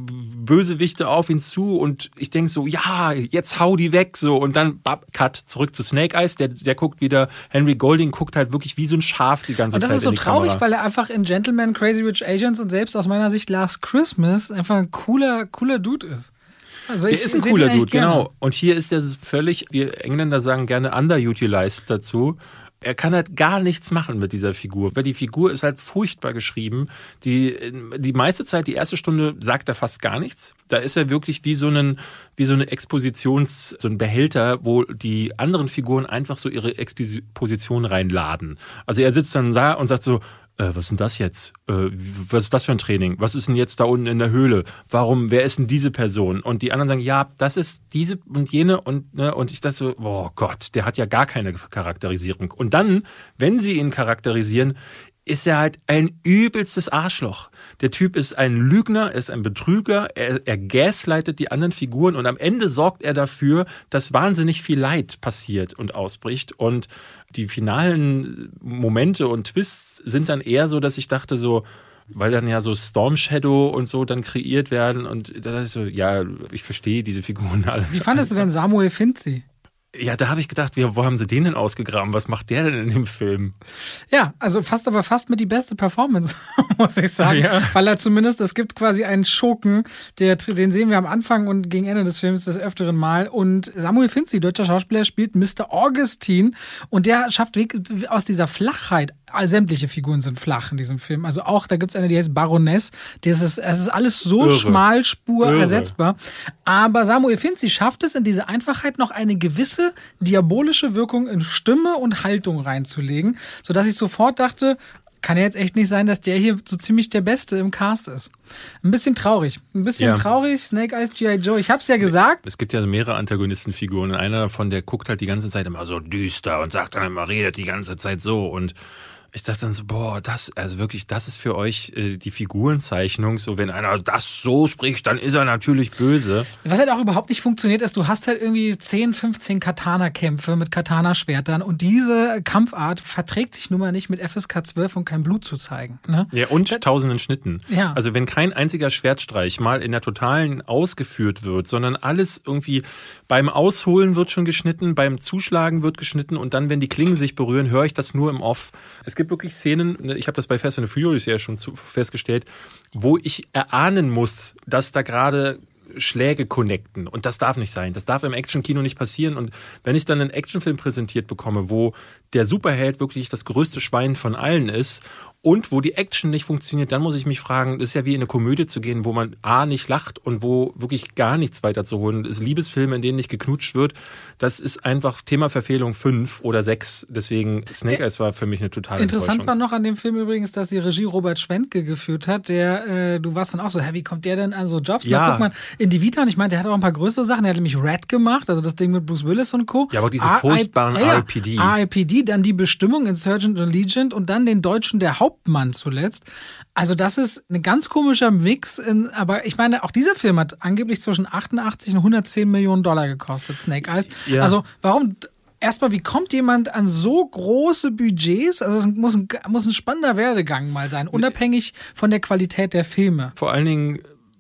Bösewichte auf ihn zu und ich denke so, ja, jetzt hau die weg, so. Und dann, bap, cut, zurück zu Snake Eyes, der, der guckt wieder, Henry Golding guckt halt wirklich wie so ein Schaf die ganze Zeit in die Kamera. Und das ist so traurig, weil er einfach in Gentleman, Crazy Rich Asians und selbst aus meiner Sicht Last Christmas einfach ein cooler, cooler Dude ist. Also der ich, ist ein cooler Dude, genau. Und hier ist er völlig, wir Engländer sagen gerne underutilized dazu. Er kann halt gar nichts machen mit dieser Figur, weil die Figur ist halt furchtbar geschrieben. Die, die meiste Zeit, die erste Stunde, sagt er fast gar nichts. Da ist er wirklich wie so ein, wie so eine Expositions, so ein Behälter, wo die anderen Figuren einfach so ihre Exposition reinladen. Also er sitzt dann da und sagt so, Äh, was ist denn das jetzt? Äh, was ist das für ein Training? Was ist denn jetzt da unten in der Höhle? Warum, wer ist denn diese Person? Und die anderen sagen, ja, das ist diese und jene und, ne, und ich dachte so, oh Gott, der hat ja gar keine Charakterisierung. Und dann, wenn sie ihn charakterisieren, ist er halt ein übelstes Arschloch. Der Typ ist ein Lügner, er ist ein Betrüger, er, er gaslightet die anderen Figuren und am Ende sorgt er dafür, dass wahnsinnig viel Leid passiert und ausbricht. Und die finalen Momente und Twists sind dann eher so, dass ich dachte so, weil dann ja so Storm Shadow und so dann kreiert werden und das ist so, ja, ich verstehe diese Figuren alle. Wie fandest du denn Samuel Finzi? Ja, da habe ich gedacht, wo haben sie den denn ausgegraben? Was macht der denn in dem Film? Ja, also fast aber fast mit die beste Performance, muss ich sagen. Ja. Weil er zumindest, es gibt quasi einen Schurken, der, den sehen wir am Anfang und gegen Ende des Films des öfteren Mal. Und Samuel Finzi, deutscher Schauspieler, spielt Mister Augustine und der schafft aus dieser Flachheit, sämtliche Figuren sind flach in diesem Film. Also auch, da gibt's eine, die heißt Baroness. Das ist, es ist alles so Irre. schmalspur Irre. ersetzbar. Aber Samuel Finzi schafft es, in diese Einfachheit noch eine gewisse diabolische Wirkung in Stimme und Haltung reinzulegen, sodass ich sofort dachte, kann ja jetzt echt nicht sein, dass der hier so ziemlich der Beste im Cast ist. Ein bisschen traurig. Ein bisschen ja. traurig, Snake Eyes G I. Joe. Ich hab's ja gesagt. Es gibt ja mehrere Antagonistenfiguren und einer davon, der guckt halt die ganze Zeit immer so düster und sagt dann immer, redet die ganze Zeit so und ich dachte dann so, boah, das, also wirklich, das ist für euch äh, die Figurenzeichnung. So, wenn einer das so spricht, dann ist er natürlich böse. Was halt auch überhaupt nicht funktioniert, ist, du hast halt irgendwie zehn, fünfzehn Katana-Kämpfe mit Katana-Schwertern und diese Kampfart verträgt sich nun mal nicht mit F S K zwölf und kein Blut zu zeigen. Ne? Ja, und das, tausenden Schnitten. Ja. Also wenn kein einziger Schwertstreich mal in der totalen ausgeführt wird, sondern alles irgendwie beim Ausholen wird schon geschnitten, beim Zuschlagen wird geschnitten und dann, wenn die Klingen sich berühren, höre ich das nur im Off. Es gibt wirklich Szenen, ich habe das bei Fast and the Furious ja schon festgestellt, wo ich erahnen muss, dass da gerade Schläge connecten. Und das darf nicht sein. Das darf im Actionkino nicht passieren. Und wenn ich dann einen Actionfilm präsentiert bekomme, wo der Superheld wirklich das größte Schwein von allen ist und wo die Action nicht funktioniert, dann muss ich mich fragen, das ist ja wie in eine Komödie zu gehen, wo man A, nicht lacht und wo wirklich gar nichts weiter zu holen ist. Liebesfilme, in denen nicht geknutscht wird, das ist einfach Thema Verfehlung fünf oder sechs. Deswegen Snake Eyes war für mich eine totale Interessant war noch an dem Film übrigens, dass die Regie Robert Schwentke geführt hat, der, äh, du warst dann auch so, hä, wie kommt der denn an so Jobs? Ja. Da guckt man in die Vita und ich meine, der hat auch ein paar größere Sachen, der hat nämlich Red gemacht, also das Ding mit Bruce Willis und Co. Ja, aber diese furchtbaren R I P D. R I P D, dann die Bestimmung Insurgent Allegiant und dann den Deutschen Der Hauptmann zuletzt. Also das ist ein ganz komischer Mix, in, aber ich meine, auch dieser Film hat angeblich zwischen achtundachtzig und hundertzehn Millionen Dollar gekostet, Snake Eyes. Ja. Also warum... Erstmal, wie kommt jemand an so große Budgets? Also es muss ein, muss ein spannender Werdegang mal sein, unabhängig von der Qualität der Filme. Vor allen Dingen,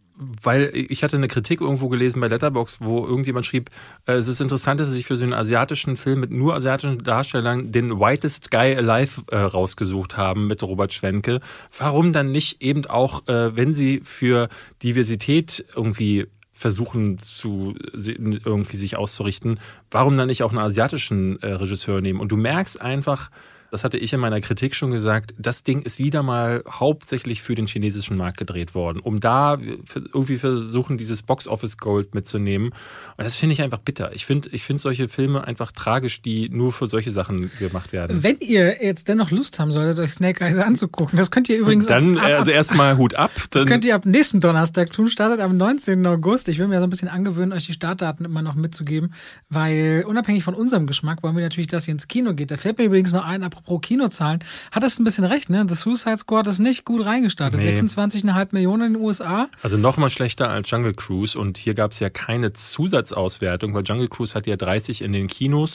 weil ich hatte eine Kritik irgendwo gelesen bei Letterboxd, wo irgendjemand schrieb, äh, es ist interessant, dass sie sich für so einen asiatischen Film mit nur asiatischen Darstellern den Whitest Guy Alive äh, rausgesucht haben mit Robert Schwentke. Warum dann nicht eben auch, äh, wenn sie für Diversität irgendwie versuchen zu irgendwie sich auszurichten, warum dann nicht auch einen asiatischen äh, Regisseur nehmen? Und du merkst einfach, das hatte ich in meiner Kritik schon gesagt, das Ding ist wieder mal hauptsächlich für den chinesischen Markt gedreht worden, um da irgendwie versuchen, dieses Box-Office-Gold mitzunehmen. Und das finde ich einfach bitter. Ich finde ich finde solche Filme einfach tragisch, die nur für solche Sachen gemacht werden. Wenn ihr jetzt dennoch Lust haben solltet, euch Snake Eyes anzugucken, das könnt ihr übrigens... Dann ab, ab, also erstmal Hut ab. Das könnt ihr ab nächsten Donnerstag tun, startet am neunzehnten August. Ich will mir so ein bisschen angewöhnen, euch die Startdaten immer noch mitzugeben, weil unabhängig von unserem Geschmack wollen wir natürlich, dass ihr ins Kino geht. Da fällt mir übrigens noch ein, pro Kinozahlen, hat es ein bisschen recht, ne? The Suicide Squad ist nicht gut reingestartet. Nee. sechsundzwanzig Komma fünf Millionen in den U S A. Also noch mal schlechter als Jungle Cruise und hier gab es ja keine Zusatzauswertung, weil Jungle Cruise hat ja dreißig in den Kinos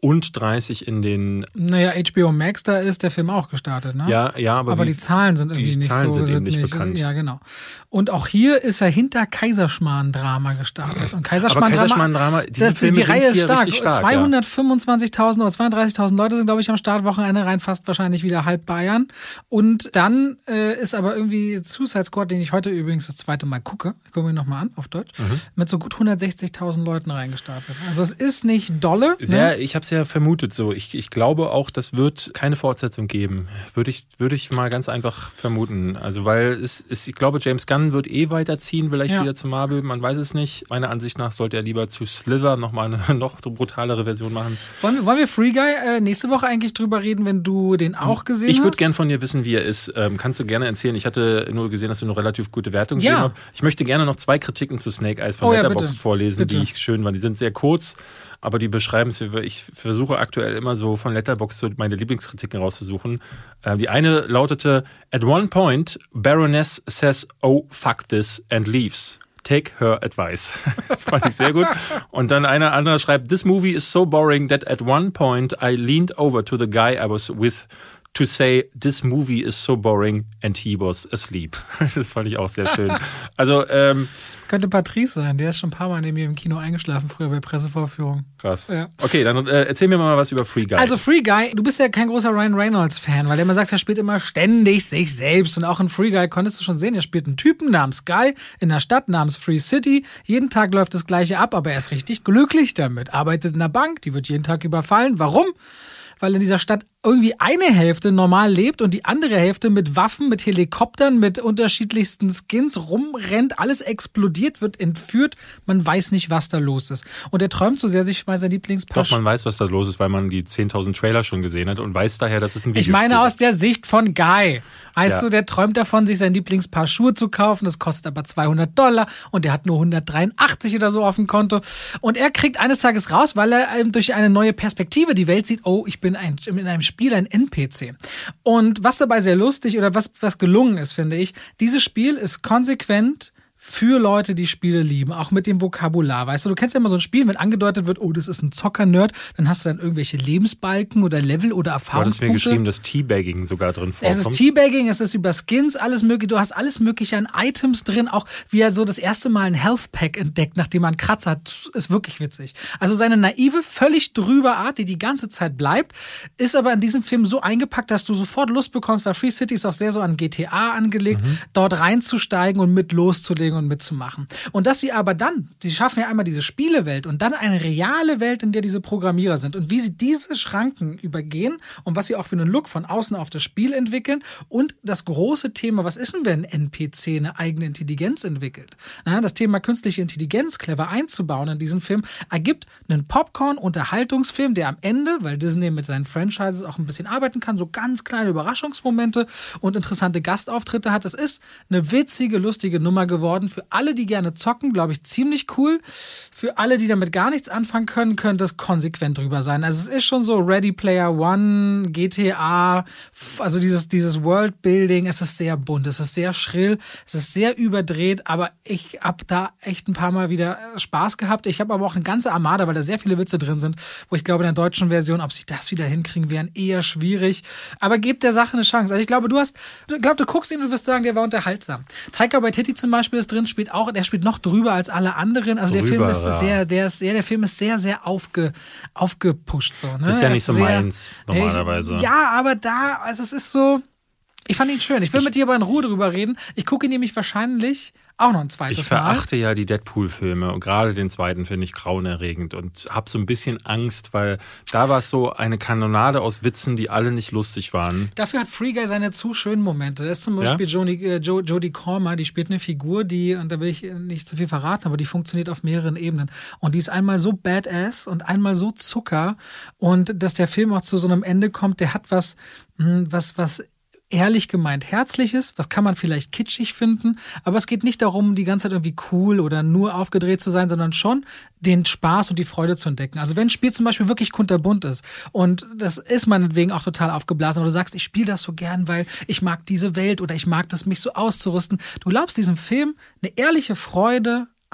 und dreißig in den... Naja, H B O Max, da ist der Film auch gestartet, ne? Ja, ja, aber, aber wie, die Zahlen sind irgendwie die nicht Zahlen so... sind eben sind nicht bekannt. Ja, genau. Und auch hier ist er hinter Kaiserschmarrn-Drama gestartet. Und Kaiserschmarn-Drama, aber Kaiserschmarrn-Drama, diese das, Filme die Reihe sind ist hier stark. richtig stark. zweihundertfünfundzwanzigtausend oder zweiunddreißigtausend Leute sind, glaube ich, am Startwochenende rein, fast wahrscheinlich wieder halb Bayern. Und dann äh, ist aber irgendwie Suicide Squad, den ich heute übrigens das zweite Mal gucke, ich gucke mir nochmal an auf Deutsch, mhm. mit so gut hundertsechzigtausend Leuten reingestartet. Also es ist nicht dolle. Sehr, ne? Ich habe es ja vermutet so. Ich, ich glaube auch, das wird keine Fortsetzung geben. Würde ich, würde ich mal ganz einfach vermuten. Also weil es ist, ich glaube, James Gunn wird eh weiterziehen, vielleicht ja. wieder zu Marvel, man weiß es nicht. Meiner Ansicht nach sollte er lieber zu Slither nochmal eine noch brutalere Version machen. Wollen wir, wollen wir Free Guy äh, nächste Woche eigentlich drüber reden, wenn du den auch gesehen ich hast? Ich würde gern von dir wissen, wie er ist. Ähm, kannst du gerne erzählen. Ich hatte nur gesehen, dass du eine relativ gute Wertung ja. gegeben hast. Ich möchte gerne noch zwei Kritiken zu Snake Eyes von oh, Letterboxd ja, vorlesen, bitte. die ich schön waren. Die sind sehr kurz, aber die beschreiben es. Ich versuche aktuell immer so von Letterboxd so meine Lieblingskritiken rauszusuchen. Ähm, die eine lautete: At one point, Baroness says, "Oh, fuck this," and leaves. Take her advice. Das fand ich sehr gut. Und dann einer andere schreibt: This movie is so boring that at one point I leaned over to the guy I was with to say, this movie is so boring and he was asleep. Das fand ich auch sehr schön. Also, ähm, das könnte Patrice sein, der ist schon ein paar Mal neben mir im Kino eingeschlafen, früher bei Pressevorführungen. Krass. Ja. Okay, dann äh, erzähl mir mal was über Free Guy. Also Free Guy, du bist ja kein großer Ryan Reynolds-Fan, weil der immer sagt, er spielt immer ständig sich selbst. Und auch in Free Guy konntest du schon sehen, er spielt einen Typen namens Guy in einer Stadt namens Free City. Jeden Tag läuft das Gleiche ab, aber er ist richtig glücklich damit. Arbeitet in einer Bank, die wird jeden Tag überfallen. Warum? Weil in dieser Stadt irgendwie eine Hälfte normal lebt und die andere Hälfte mit Waffen, mit Helikoptern, mit unterschiedlichsten Skins rumrennt, alles explodiert, wird entführt, man weiß nicht, was da los ist. Und er träumt so sehr, sich mal sein Lieblingspaar... Doch, man weiß, was da los ist, weil man die zehntausend Trailer schon gesehen hat und weiß daher, dass es ein Videospiel ist. Ich meine aus der Sicht von Guy. Weißt ja. du, der träumt davon, sich sein Lieblingspaar Schuhe zu kaufen, das kostet aber zweihundert Dollar und der hat nur hundertdreiundachtzig oder so auf dem Konto. Und er kriegt eines Tages raus, weil er ähm, durch eine neue Perspektive die Welt sieht, oh, ich bin ein, in einem Spiel ein N P C. Und was dabei sehr lustig oder was, was gelungen ist, finde ich, dieses Spiel ist konsequent für Leute, die Spiele lieben, auch mit dem Vokabular. Weißt du, du kennst ja immer so ein Spiel, wenn angedeutet wird, oh, das ist ein Zocker-Nerd, dann hast du dann irgendwelche Lebensbalken oder Level oder Erfahrungspunkte. Du hattest mir geschrieben, dass Teabagging sogar drin vorkommt. Es ist Teabagging, es ist über Skins, alles mögliche. Du hast alles mögliche an Items drin, auch wie er so das erste Mal ein Health Pack entdeckt, nachdem er einen Kratzer hat, ist wirklich witzig. Also seine naive, völlig drüber Art, die die ganze Zeit bleibt, ist aber in diesem Film so eingepackt, dass du sofort Lust bekommst, weil Free City ist auch sehr so an G T A angelegt, mhm. dort reinzusteigen und mit loszulegen und mitzumachen. Und dass sie aber dann, sie schaffen ja einmal diese Spielewelt und dann eine reale Welt, in der diese Programmierer sind und wie sie diese Schranken übergehen und was sie auch für einen Look von außen auf das Spiel entwickeln und das große Thema, was ist denn, wenn ein N P C eine eigene Intelligenz entwickelt? Na, das Thema künstliche Intelligenz clever einzubauen in diesen Film ergibt einen Popcorn-Unterhaltungsfilm, der am Ende, weil Disney mit seinen Franchises auch ein bisschen arbeiten kann, so ganz kleine Überraschungsmomente und interessante Gastauftritte hat. Das ist eine witzige, lustige Nummer geworden. Für alle, die gerne zocken, glaube ich, ziemlich cool. Für alle, die damit gar nichts anfangen können, könnte es konsequent drüber sein. Also es ist schon so Ready Player One, G T A, also dieses, dieses Worldbuilding, es ist sehr bunt, es ist sehr schrill, es ist sehr überdreht, aber ich habe da echt ein paar Mal wieder Spaß gehabt. Ich habe aber auch eine ganze Armada, weil da sehr viele Witze drin sind, wo ich glaube, in der deutschen Version, ob sie das wieder hinkriegen, wären eher schwierig. Aber gebt der Sache eine Chance. Also ich glaube, du hast, ich glaube, du guckst ihn und wirst sagen, der war unterhaltsam. Taika Waititi zum Beispiel ist drin, spielt auch, der spielt noch drüber als alle anderen. Also drüber, der Film ist ja. sehr, der ist sehr, der Film ist sehr, sehr aufge, aufgepusht so. Ne? Das ist ja er nicht ist so sehr, meins normalerweise. Ich, ja, aber da, also es ist so. Ich fand ihn schön. Ich will ich, mit dir aber in Ruhe drüber reden. Ich gucke ihn nämlich wahrscheinlich auch noch ein zweites Mal. Ich verachte Mal. ja die Deadpool-Filme und gerade den zweiten finde ich grauenerregend und habe so ein bisschen Angst, weil da war es so eine Kanonade aus Witzen, die alle nicht lustig waren. Dafür hat Free Guy seine zu schönen Momente. Das ist zum Beispiel ja? Jodie, äh, Jodie Comer, die spielt eine Figur, die, und da will ich nicht zu viel verraten, aber die funktioniert auf mehreren Ebenen. Und die ist einmal so badass und einmal so Zucker und dass der Film auch zu so einem Ende kommt, der hat was, was, was ehrlich gemeint Herzliches, was kann man vielleicht kitschig finden, aber es geht nicht darum, die ganze Zeit irgendwie cool oder nur aufgedreht zu sein, sondern schon den Spaß und die Freude zu entdecken. Also wenn ein Spiel zum Beispiel wirklich kunterbunt ist und das ist meinetwegen auch total aufgeblasen, oder du sagst, ich spiele das so gern, weil ich mag diese Welt oder ich mag das, mich so auszurüsten. Du glaubst diesem Film eine ehrliche Freude am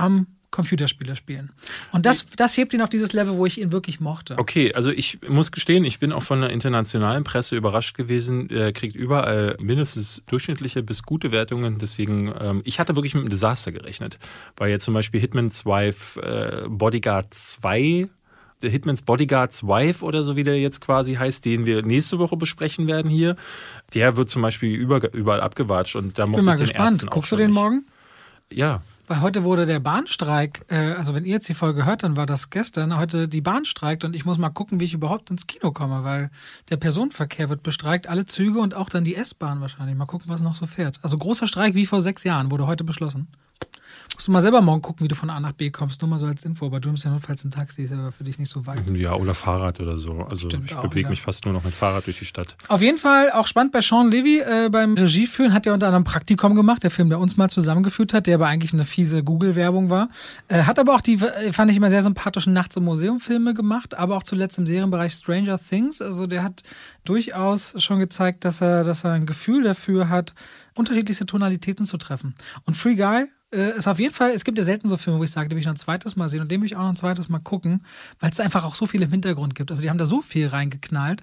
Computerspiele spielen. Und das, das hebt ihn auf dieses Level, wo ich ihn wirklich mochte. Okay, also ich muss gestehen, ich bin auch von der internationalen Presse überrascht gewesen. Er kriegt überall mindestens durchschnittliche bis gute Wertungen. Deswegen, ähm, ich hatte wirklich mit einem Desaster gerechnet. Weil jetzt zum Beispiel Hitman's Wife äh, Bodyguard zwei, der Hitman's Bodyguard's Wife oder so, wie der jetzt quasi heißt, den wir nächste Woche besprechen werden hier, der wird zum Beispiel über, überall abgewatscht. Und da Ich mochte bin mal ich den gespannt. ersten auch Guckst du schon den nicht. morgen? Ja. Weil heute wurde der Bahnstreik, äh, also wenn ihr jetzt die Folge hört, dann war das gestern, heute die Bahn streikt und ich muss mal gucken, wie ich überhaupt ins Kino komme, weil der Personenverkehr wird bestreikt, alle Züge und auch dann die S-Bahn wahrscheinlich. Mal gucken, was noch so fährt. Also großer Streik wie vor sechs Jahren, wurde heute beschlossen. Musst du mal selber morgen gucken, wie du von A nach B kommst, nur mal so als Info, aber du nimmst ja notfalls ein Taxi, ist aber für dich nicht so weit. Ja, oder Fahrrad oder so. Also Stimmt ich auch, bewege ja. mich fast nur noch mit Fahrrad durch die Stadt. Auf jeden Fall auch spannend bei Sean Levy äh, beim Regieführen, hat er unter anderem Praktikum gemacht, der Film, der uns mal zusammengeführt hat, der aber eigentlich eine fiese Google-Werbung war. Äh, hat aber auch die, fand ich immer sehr sympathischen Nachts im Museum-Filme gemacht, aber auch zuletzt im Serienbereich Stranger Things. Also der hat durchaus schon gezeigt, dass er, dass er ein Gefühl dafür hat, unterschiedlichste Tonalitäten zu treffen. Und Free Guy äh, ist auf jeden Fall, es gibt ja selten so Filme, wo ich sage, den will ich noch ein zweites Mal sehen und den will ich auch noch ein zweites Mal gucken, weil es einfach auch so viel im Hintergrund gibt. Also die haben da so viel reingeknallt,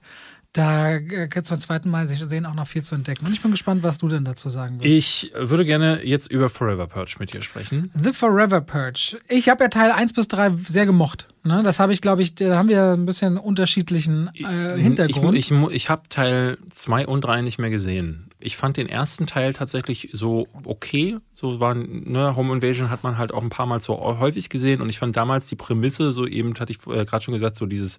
da gibt es beim zweiten Mal sich sehen auch noch viel zu entdecken. Und ich bin gespannt, was du denn dazu sagen willst. Ich würde gerne jetzt über Forever Purge mit dir sprechen. The Forever Purge. Ich habe ja Teil eins bis drei sehr gemocht. Ne? Das habe ich, glaube ich, da haben wir ein bisschen unterschiedlichen äh, Hintergrund. Ich, ich, ich, ich habe Teil zwei und drei nicht mehr gesehen. Ich fand den ersten Teil tatsächlich so okay. So war, ne, Home Invasion hat man halt auch ein paar Mal so häufig gesehen. Und ich fand damals die Prämisse, so eben hatte ich äh, gerade schon gesagt, so dieses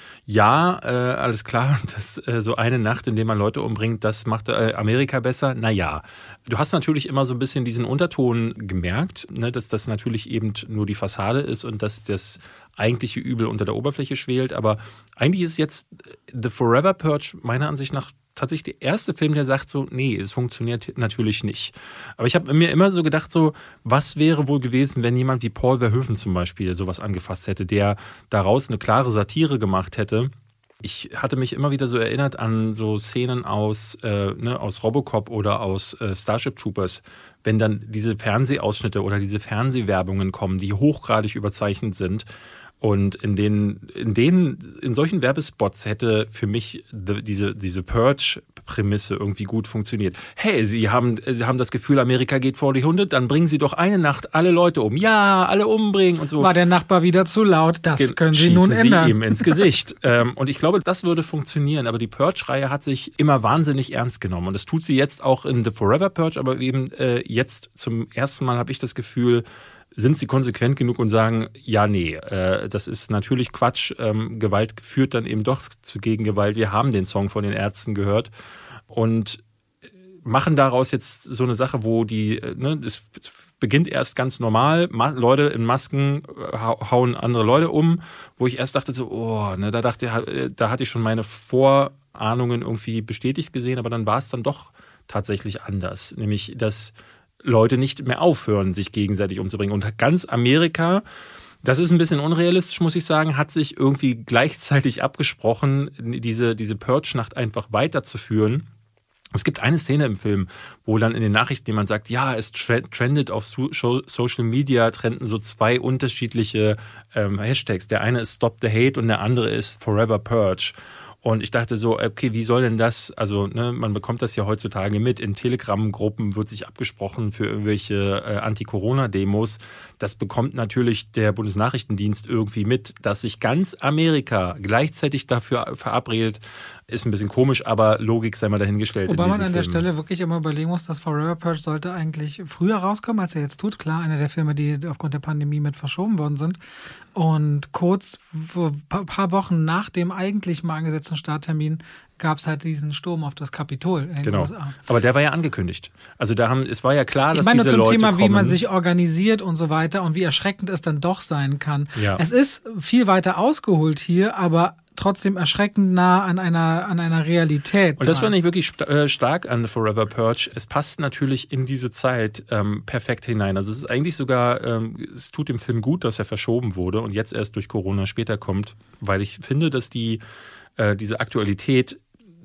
Ja, äh, alles klar, das äh, so eine Nacht, in der man Leute umbringt, das macht äh, Amerika besser. Naja, du hast natürlich immer so ein bisschen diesen Unterton gemerkt, ne, dass das natürlich eben nur die Fassade ist und dass das eigentliche Übel unter der Oberfläche schwelt. Aber eigentlich ist jetzt The Forever Purge meiner Ansicht nach tatsächlich der erste Film, der sagt so, nee, es funktioniert natürlich nicht. Aber ich habe mir immer so gedacht, so, was wäre wohl gewesen, wenn jemand wie Paul Verhoeven zum Beispiel sowas angefasst hätte, der daraus eine klare Satire gemacht hätte. Ich hatte mich immer wieder so erinnert an so Szenen aus, äh, ne, aus Robocop oder aus äh, Starship Troopers, wenn dann diese Fernsehausschnitte oder diese Fernsehwerbungen kommen, die hochgradig überzeichnet sind. Und in denen, in denen, in solchen Werbespots hätte für mich the, diese, diese Purge-Prämisse irgendwie gut funktioniert. Hey, Sie haben, Sie haben das Gefühl, Amerika geht vor die Hunde, dann bringen Sie doch eine Nacht alle Leute um. Ja, alle umbringen und so. War der Nachbar wieder zu laut? Das Ge- können Sie nun ändern. Sie ihm ins Gesicht. ähm, und ich glaube, das würde funktionieren. Aber die Purge-Reihe hat sich immer wahnsinnig ernst genommen. Und das tut sie jetzt auch in The Forever Purge. Aber eben äh, jetzt zum ersten Mal habe ich das Gefühl, sind sie konsequent genug und sagen, ja, nee, äh, das ist natürlich Quatsch, ähm, Gewalt führt dann eben doch zu Gegengewalt. Wir haben den Song von den Ärzten gehört und machen daraus jetzt so eine Sache, wo die, ne, es beginnt erst ganz normal, Ma- Leute in Masken ha- hauen andere Leute um, wo ich erst dachte so, oh, ne, da dachte, da hatte ich schon meine Vorahnungen irgendwie bestätigt gesehen, aber dann war es dann doch tatsächlich anders, nämlich, dass Leute nicht mehr aufhören, sich gegenseitig umzubringen. Und ganz Amerika, das ist ein bisschen unrealistisch, muss ich sagen, hat sich irgendwie gleichzeitig abgesprochen, diese, diese Purge-Nacht einfach weiterzuführen. Es gibt eine Szene im Film, wo dann in den Nachrichten jemand sagt, ja, es trendet auf Social Media, trenden so zwei unterschiedliche ähm, Hashtags. Der eine ist Stop the Hate und der andere ist Forever Purge. Und ich dachte so, okay, wie soll denn das, also ne, man bekommt das ja heutzutage mit, in Telegram-Gruppen wird sich abgesprochen für irgendwelche äh, Anti-Corona-Demos. Das bekommt natürlich der Bundesnachrichtendienst irgendwie mit, dass sich ganz Amerika gleichzeitig dafür verabredet, ist ein bisschen komisch, aber Logik sei mal dahingestellt. Wobei in man an der Filmen. Stelle wirklich immer überlegen muss, dass Forever Purge sollte eigentlich früher rauskommen, als er jetzt tut. Klar, einer der Filme, die aufgrund der Pandemie mit verschoben worden sind. Und kurz, ein paar Wochen nach dem eigentlich mal angesetzten Starttermin, gab es halt diesen Sturm auf das Kapitol in den Genau. U S A. Aber der war ja angekündigt. Also da haben, es war ja klar, Ich dass meine nur diese zum Leute Thema, kommen. wie man sich organisiert und so weiter und wie erschreckend es dann doch sein kann. Ja. Es ist viel weiter ausgeholt hier, aber trotzdem erschreckend nah an einer, an einer Realität. Und das dran. fand ich wirklich st- äh, stark an Forever Purge. Es passt natürlich in diese Zeit ähm, perfekt hinein. Also es ist eigentlich sogar, ähm, es tut dem Film gut, dass er verschoben wurde und jetzt erst durch Corona später kommt, weil ich finde, dass die äh, diese Aktualität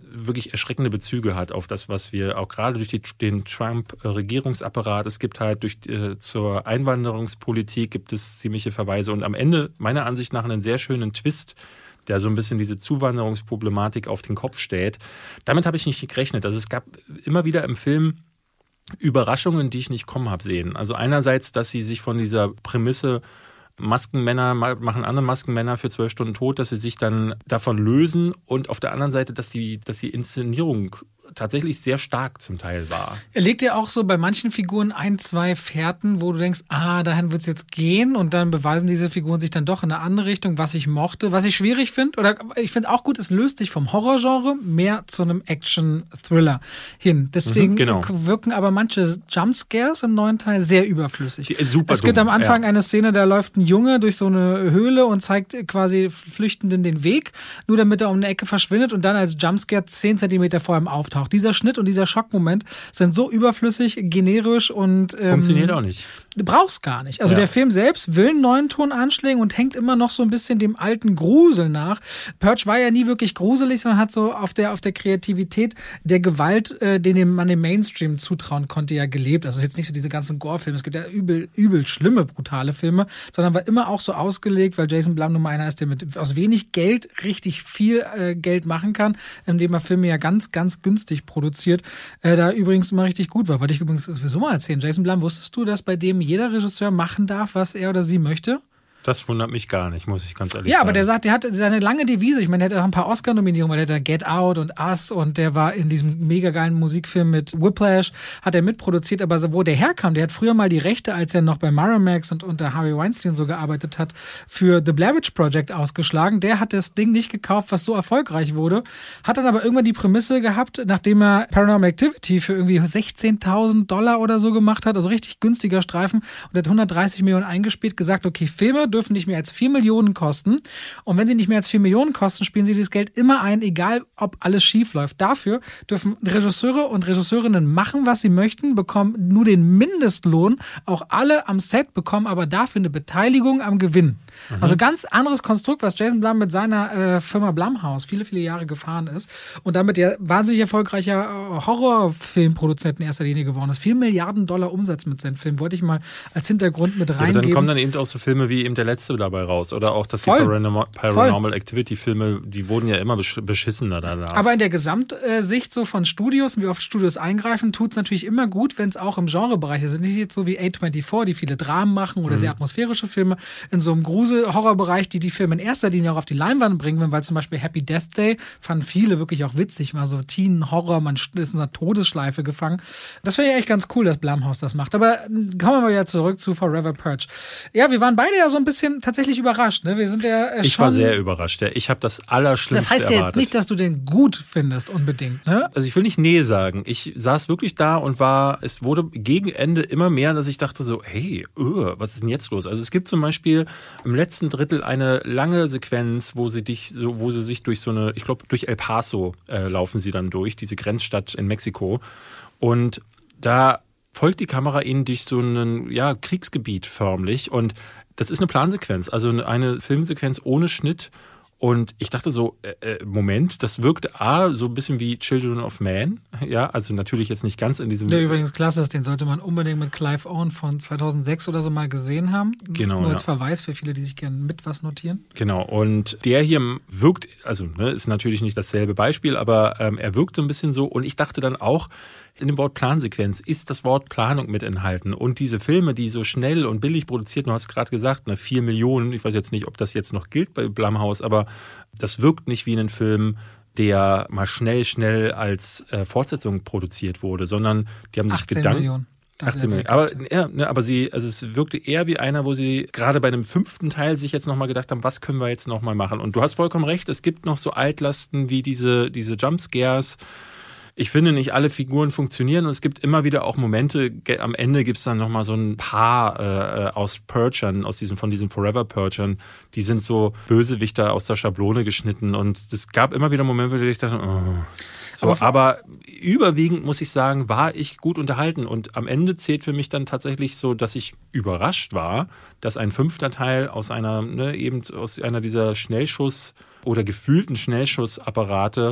wirklich erschreckende Bezüge hat auf das, was wir auch gerade durch die, den Trump-Regierungsapparat, es gibt halt durch äh, zur Einwanderungspolitik gibt es ziemliche Verweise und am Ende meiner Ansicht nach einen sehr schönen Twist, der so ein bisschen diese Zuwanderungsproblematik auf den Kopf stellt. Damit habe ich nicht gerechnet. Also es gab immer wieder im Film Überraschungen, die ich nicht kommen habe sehen. Also einerseits, dass sie sich von dieser Prämisse Maskenmänner machen andere Maskenmänner für zwölf Stunden tot, dass sie sich dann davon lösen und auf der anderen Seite, dass die, dass die Inszenierung tatsächlich sehr stark zum Teil war. Er legt ja auch so bei manchen Figuren ein, zwei Fährten, wo du denkst, ah, dahin wird es jetzt gehen und dann beweisen diese Figuren sich dann doch in eine andere Richtung, was ich mochte. Was ich schwierig finde, oder ich finde auch gut, es löst sich vom Horrorgenre mehr zu einem Action-Thriller hin. Deswegen mhm, genau. wirken aber manche Jumpscares im neuen Teil sehr überflüssig. Die, super es gibt dumm, am Anfang ja. eine Szene, da läuft ein Junge durch so eine Höhle und zeigt quasi Flüchtenden den Weg, nur damit er um eine Ecke verschwindet und dann als Jumpscare zehn Zentimeter vor ihm auftaucht. Dieser Schnitt und dieser Schockmoment sind so überflüssig, generisch und ähm, funktioniert auch nicht. Du brauchst gar nicht. Also ja. der Film selbst will einen neuen Ton anschlägen und hängt immer noch so ein bisschen dem alten Grusel nach. Purge war ja nie wirklich gruselig, sondern hat so auf der auf der Kreativität der Gewalt, äh, den man dem Mainstream zutrauen konnte, ja gelebt. Also es ist jetzt nicht so diese ganzen Gore-Filme. Es gibt ja übel übel schlimme, brutale Filme, sondern war immer auch so ausgelegt, weil Jason Blum Nummer einer ist, der mit aus wenig Geld richtig viel äh, Geld machen kann, indem er Filme ja ganz, ganz günstig produziert, äh, da übrigens immer richtig gut war. Wollte ich übrigens sowieso mal erzählen. Jason Blum, wusstest du, dass bei dem jeder Regisseur machen darf, was er oder sie möchte? Das wundert mich gar nicht, muss ich ganz ehrlich ja, sagen. Ja, aber der sagt, der hat seine lange Devise. Ich meine, der hat auch ein paar Oscar-Nominierungen, weil der hat Get Out und Us und der war in diesem mega geilen Musikfilm mit Whiplash, hat er mitproduziert, aber wo der herkam, der hat früher mal die Rechte, als er noch bei Miramax und unter Harvey Weinstein so gearbeitet hat, für The Blair Witch Project ausgeschlagen. Der hat das Ding nicht gekauft, was so erfolgreich wurde, hat dann aber irgendwann die Prämisse gehabt, nachdem er Paranormal Activity für irgendwie sechzehntausend Dollar oder so gemacht hat, also richtig günstiger Streifen und hat hundertdreißig Millionen eingespielt, gesagt, okay, Filme dürfen nicht mehr als vier Millionen kosten. Und wenn sie nicht mehr als vier Millionen kosten, spielen sie das Geld immer ein, egal ob alles schief läuft. Dafür dürfen Regisseure und Regisseurinnen machen, was sie möchten, bekommen nur den Mindestlohn. Auch alle am Set bekommen aber dafür eine Beteiligung am Gewinn. Mhm. Also ganz anderes Konstrukt, was Jason Blum mit seiner äh, Firma Blumhouse viele, viele Jahre gefahren ist und damit der wahnsinnig erfolgreicher äh, Horrorfilmproduzent in erster Linie geworden ist. Vier Milliarden Dollar Umsatz mit seinen Filmen. Wollte ich mal als Hintergrund mit reingeben. Ja, dann kommen dann eben auch so Filme wie eben der letzte dabei raus. Oder auch, dass Voll. die Paranormal, Paranormal Activity Filme, die wurden ja immer besch- beschissener danach. Aber in der Gesamtsicht so von Studios und wie oft Studios eingreifen, tut es natürlich immer gut, wenn es auch im Genrebereich ist. Nicht jetzt so wie A vierundzwanzig, die viele Dramen machen oder mhm. sehr atmosphärische Filme. In so einem Grusel-Horrorbereich, die die Filme in erster Linie auch auf die Leinwand bringen, weil zum Beispiel Happy Death Day fanden viele wirklich auch witzig. Mal so Teen-Horror, man ist in einer Todesschleife gefangen. Das wäre ja echt ganz cool, dass Blumhouse das macht. Aber kommen wir mal wieder zurück zu Forever Purge. Ja, wir waren beide ja so ein bisschen tatsächlich überrascht. Ne? Wir sind ja äh, ich schon, war sehr überrascht. Ja. Ich habe das Allerschlimmste erwartet. Das heißt ja jetzt nicht, dass du den gut findest unbedingt. Ne? Also ich will nicht nee sagen. Ich saß wirklich da und war, es wurde gegen Ende immer mehr, dass ich dachte so, hey, uh, was ist denn jetzt los? Also es gibt zum Beispiel im letzten Drittel eine lange Sequenz, wo sie dich, so, wo sie sich durch so eine, ich glaube durch El Paso äh, laufen sie dann durch, diese Grenzstadt in Mexiko. Und da folgt die Kamera ihnen durch so ein ja, Kriegsgebiet förmlich und das ist eine Plansequenz, also eine Filmsequenz ohne Schnitt. Und ich dachte so, äh, Moment, das wirkte A, so ein bisschen wie Children of Man. Ja, also natürlich jetzt nicht ganz in diesem... Der übrigens klasse ist, den sollte man unbedingt mit Clive Owen von zweitausendsechs oder so mal gesehen haben. Genau, Nur als ja. Verweis für viele, die sich gerne mit was notieren. Genau, und der hier wirkt, also ne, ist natürlich nicht dasselbe Beispiel, aber ähm, er wirkt so ein bisschen so. Und ich dachte dann auch, in dem Wort Plansequenz ist das Wort Planung mit enthalten. Und diese Filme, die so schnell und billig produziert, du hast gerade gesagt, ne, vier Millionen, ich weiß jetzt nicht, ob das jetzt noch gilt bei Blumhouse, aber das wirkt nicht wie ein Film, der mal schnell, schnell als äh, Fortsetzung produziert wurde, sondern die haben sich Gedanken... Millionen. achtzehn Millionen. Aber, ja, ne, aber sie, also es wirkte eher wie einer, wo sie gerade bei einem fünften Teil sich jetzt nochmal gedacht haben, was können wir jetzt nochmal machen? Und du hast vollkommen recht, es gibt noch so Altlasten wie diese, diese Jumpscares. Ich finde, nicht alle Figuren funktionieren und es gibt immer wieder auch Momente, am Ende gibt es dann nochmal so ein paar äh, aus Purgern, aus diesen, von diesen Forever Purgern, die sind so Bösewichter aus der Schablone geschnitten und es gab immer wieder Momente, wo ich dachte, oh. So, aber, aber überwiegend, muss ich sagen, war ich gut unterhalten und am Ende zählt für mich dann tatsächlich so, dass ich überrascht war, dass ein fünfter Teil aus einer, ne, eben aus einer dieser Schnellschuss- oder gefühlten Schnellschussapparate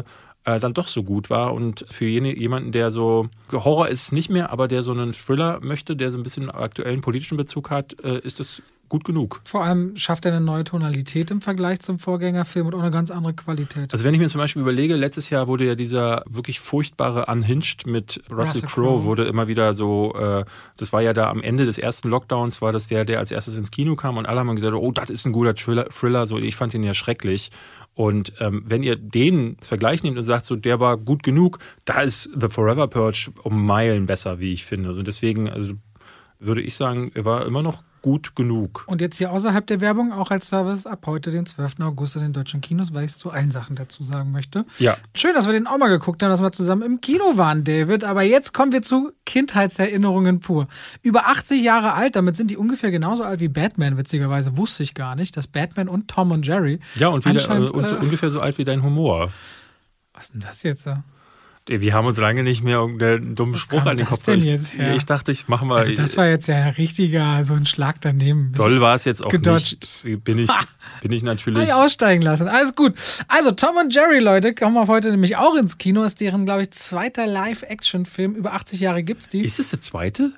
äh, dann doch so gut war. Und für jene, jemanden, der so, Horror ist es nicht mehr, aber der so einen Thriller möchte, der so ein bisschen aktuellen politischen Bezug hat, äh, ist das gut genug. Vor allem schafft er eine neue Tonalität im Vergleich zum Vorgängerfilm und auch eine ganz andere Qualität. Also wenn ich mir zum Beispiel überlege, letztes Jahr wurde ja dieser wirklich furchtbare Unhinged mit Russell, Russell Crowe, wurde immer wieder so, äh, das war ja da am Ende des ersten Lockdowns, war das der, der als erstes ins Kino kam und alle haben gesagt, oh, das ist ein guter Thriller, Thriller. So, ich fand ihn ja schrecklich. Und ähm, wenn ihr den als Vergleich nehmt und sagt, so der war gut genug, da ist The Forever Purge um Meilen besser, wie ich finde. Und deswegen also, würde ich sagen, er war immer noch gut genug. Und jetzt hier außerhalb der Werbung auch als Service ab heute, den zwölften August in den deutschen Kinos, weil ich es zu allen Sachen dazu sagen möchte. Ja. Schön, dass wir den auch mal geguckt haben, dass wir zusammen im Kino waren, David. Aber jetzt kommen wir zu Kindheitserinnerungen pur. Über achtzig Jahre alt, damit sind die ungefähr genauso alt wie Batman, witzigerweise. Wusste ich gar nicht, dass Batman und Tom und Jerry... Ja, und, wieder, äh, und so äh, ungefähr so alt wie dein Humor. Was ist denn das jetzt so? Wir haben uns lange nicht mehr irgendeinen dummen Wo Spruch kam an den das Kopf. denn Ich, jetzt her? ich dachte, ich mache mal. Also das war jetzt ja ein richtiger, so ein Schlag daneben. Toll war es jetzt auch gedodged. nicht. Bin ich, bin ich natürlich. Habe ich aussteigen lassen. Alles gut. Also Tom und Jerry, Leute, kommen auf heute nämlich auch ins Kino. Ist deren, glaube ich, zweiter Live-Action-Film. Über achtzig Jahre gibt's die. Ist es der zweite?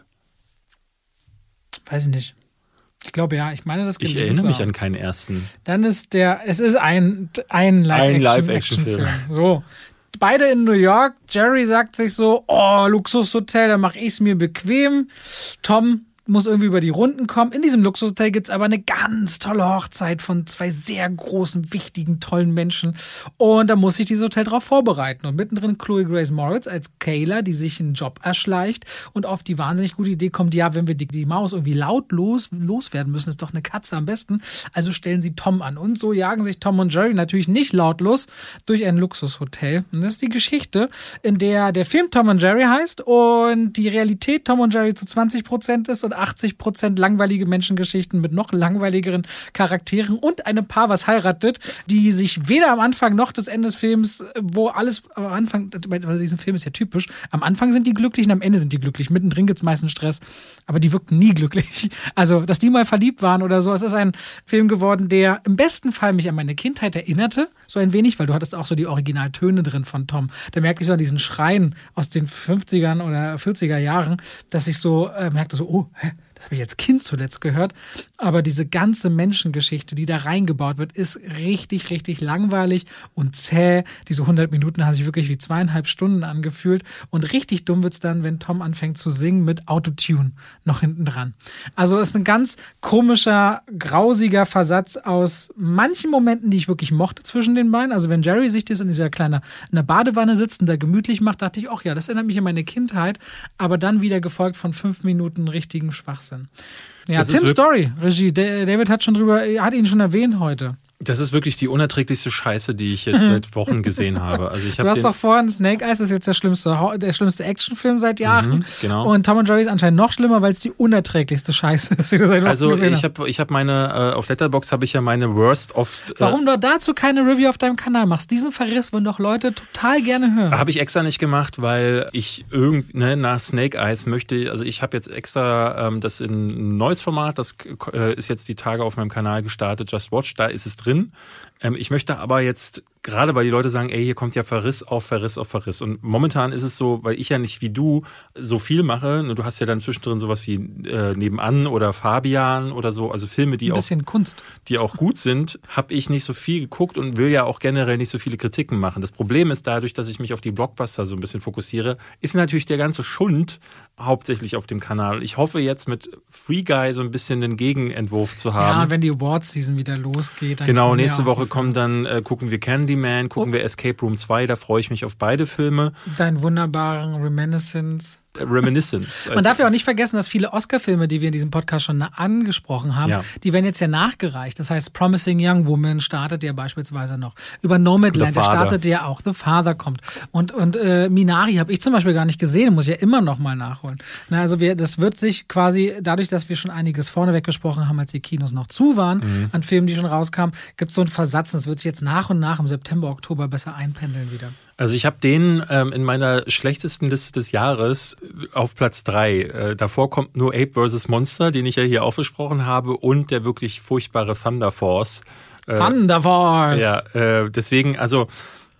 Weiß ich nicht. Ich glaube ja, ich meine das gelesen Ich erinnere mich zu haben. an keinen ersten. Dann ist der, es ist ein, ein Live-Action-Film. Live So. Beide in New York. Jerry sagt sich so, oh, Luxushotel, da mache ich es mir bequem. Tom muss irgendwie über die Runden kommen. In diesem Luxushotel gibt's aber eine ganz tolle Hochzeit von zwei sehr großen, wichtigen, tollen Menschen. Und da muss sich dieses Hotel drauf vorbereiten. Und mittendrin Chloe Grace Moritz als Kayla, die sich einen Job erschleicht und auf die wahnsinnig gute Idee kommt, ja, wenn wir die, die Maus irgendwie lautlos loswerden müssen, ist doch eine Katze am besten. Also stellen sie Tom an. Und so jagen sich Tom und Jerry natürlich nicht lautlos durch ein Luxushotel. Und das ist die Geschichte, in der der Film Tom und Jerry heißt und die Realität Tom und Jerry zu zwanzig Prozent ist und achtzig Prozent langweilige Menschengeschichten mit noch langweiligeren Charakteren und einem Paar, was heiratet, die sich weder am Anfang noch des Ende des Films, wo alles am Anfang, bei diesem Film ist ja typisch, am Anfang sind die glücklich und am Ende sind die glücklich. Mittendrin gibt's meistens Stress, aber die wirkten nie glücklich. Also, dass die mal verliebt waren oder so. Es ist ein Film geworden, der im besten Fall mich an meine Kindheit erinnerte, so ein wenig, weil du hattest auch so die Originaltöne drin von Tom. Da merkte ich so an diesen Schreien aus den fünfzigern oder vierziger Jahren, dass ich so äh, merkte so, oh, hä? Das habe ich als Kind zuletzt gehört. Aber diese ganze Menschengeschichte, die da reingebaut wird, ist richtig, richtig langweilig und zäh. Diese hundert Minuten haben sich wirklich wie zweieinhalb Stunden angefühlt. Und richtig dumm wird's dann, wenn Tom anfängt zu singen mit Autotune noch hinten dran. Also ist ein ganz komischer, grausiger Versatz aus manchen Momenten, die ich wirklich mochte zwischen den beiden. Also wenn Jerry sich das in dieser kleinen in der Badewanne sitzt und da gemütlich macht, dachte ich, ach ja, das erinnert mich an meine Kindheit. Aber dann wieder gefolgt von fünf Minuten richtigen Schwachsinn. Ja, das Tim Story, Regie. David hat schon drüber, hat ihn schon erwähnt heute. Das ist wirklich die unerträglichste Scheiße, die ich jetzt seit Wochen gesehen habe. Also ich du hab hast den doch vorhin Snake Eyes, das ist jetzt der schlimmste, der schlimmste Actionfilm seit Jahren. Mhm, genau. Und Tom und Jerry ist anscheinend noch schlimmer, weil es die unerträglichste Scheiße ist, die du seit Wochen Also gesehen ich hast. habe ich hab meine, äh, auf Letterboxd habe ich ja meine Worst of... Äh, Warum du dazu keine Review auf deinem Kanal machst? Diesen Verriss würden doch Leute total gerne hören. Habe ich extra nicht gemacht, weil ich irgendwie ne, nach Snake Eyes möchte, also ich habe jetzt extra ähm, das in ein neues Format, das äh, ist jetzt die Tage auf meinem Kanal gestartet, Just Watch, da ist es drin. Ähm, ich möchte aber jetzt, gerade weil die Leute sagen, ey, hier kommt ja Verriss auf Verriss auf Verriss. Und momentan ist es so, weil ich ja nicht wie du so viel mache, du hast ja dann zwischendrin sowas wie äh, Nebenan oder Fabian oder so, also Filme, die Ein auch, bisschen Kunst. die auch gut sind, habe ich nicht so viel geguckt und will ja auch generell nicht so viele Kritiken machen. Das Problem ist dadurch, dass ich mich auf die Blockbuster so ein bisschen fokussiere, ist natürlich der ganze Schund hauptsächlich auf dem Kanal. Ich hoffe jetzt mit Free Guy so ein bisschen einen Gegenentwurf zu haben. Ja, und wenn die Awards-Season wieder losgeht, dann genau, nächste Woche kommen dann, äh, gucken wir Candyman, gucken oh. wir Escape Room zwei, da freue ich mich auf beide Filme. Deinen wunderbaren Reminiscence. Reminiscence. Man darf ja auch nicht vergessen, dass viele Oscar-Filme, die wir in diesem Podcast schon angesprochen haben, ja. die werden jetzt ja nachgereicht. Das heißt, Promising Young Woman startet ja beispielsweise noch. Über Nomadland, der startet ja auch. The Father kommt. Und, und äh, Minari habe ich zum Beispiel gar nicht gesehen, muss ich ja immer noch mal nachholen. Na, also wir, das wird sich quasi, dadurch, dass wir schon einiges vorneweg gesprochen haben, als die Kinos noch zu waren, mhm. an Filmen, die schon rauskamen, gibt es so einen Versatz. Das wird sich jetzt nach und nach im September, Oktober besser einpendeln wieder. Also ich habe den ähm, in meiner schlechtesten Liste des Jahres auf Platz drei. Äh, davor kommt nur Ape versus. Monster, den ich ja hier auch besprochen habe, und der wirklich furchtbare Thunder Force. Äh, Thunder Force! Ja, äh, deswegen, also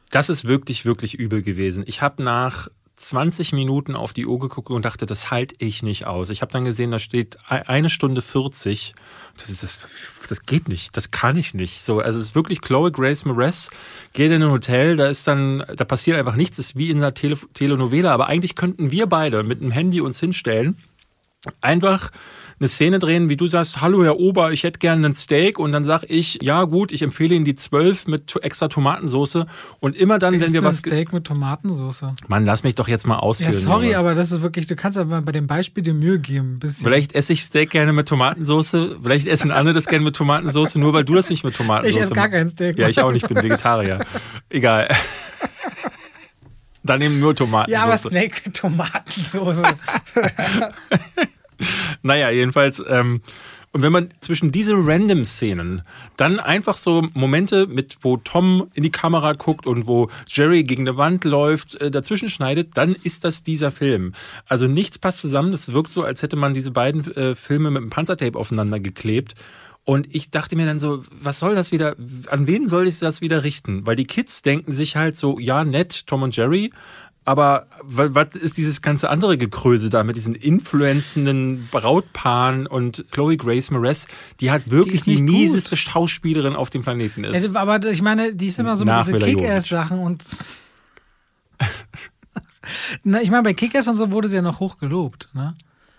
Das ist wirklich, wirklich übel gewesen. Ich habe nach zwanzig Minuten auf die Uhr geguckt und dachte, das halte ich nicht aus. Ich habe dann gesehen, da steht eine Stunde vierzig. Das ist das, das geht nicht, das kann ich nicht. So, also es ist wirklich Chloe Grace Moretz geht in ein Hotel, da ist dann, da passiert einfach nichts, das ist wie in einer Tele- Telenovela. Aber eigentlich könnten wir beide mit einem Handy uns hinstellen, einfach eine Szene drehen, wie du sagst, hallo Herr Ober, ich hätte gerne einen Steak und dann sag ich, ja gut, ich empfehle Ihnen die zwölf mit extra Tomatensauce und immer dann, Wie wenn ist wir denn was... Steak mit Tomatensauce. Mann, lass mich doch jetzt mal Ja, ausführen. sorry, Junge. aber das ist wirklich, du kannst aber bei dem Beispiel dir Mühe geben. Ein bisschen. Vielleicht esse ich Steak gerne mit Tomatensauce, vielleicht essen andere das gerne mit Tomatensauce, nur weil du das nicht mit Tomatensauce Ich esse gar machst. kein Steak. Ja, ich auch nicht, ich bin Vegetarier. Egal. Dann eben nur Tomatensauce. Ja, aber Steak mit Tomatensauce. Naja, jedenfalls, ähm, und wenn man zwischen diese Random-Szenen dann einfach so Momente mit, wo Tom in die Kamera guckt und wo Jerry gegen eine Wand läuft, äh, dazwischen schneidet, dann ist das dieser Film. Also nichts passt zusammen. Das wirkt so, als hätte man diese beiden äh, Filme mit einem Panzertape aufeinander geklebt. Und ich dachte mir dann so, was soll das wieder, an wen soll ich das wieder richten? Weil die Kids denken sich halt so, ja, nett, Tom und Jerry, aber was ist dieses ganze andere Gekröse da mit diesen influenzenden Brautpaaren und Chloe Grace Moretz, die halt wirklich die, die mieseste gut. Schauspielerin auf dem Planeten ist. Also, aber ich meine, die ist immer so mit diesen Kick-Ass-Sachen und Na, ich meine, bei Kick-Ass und so wurde sie ja noch hoch gelobt, ne?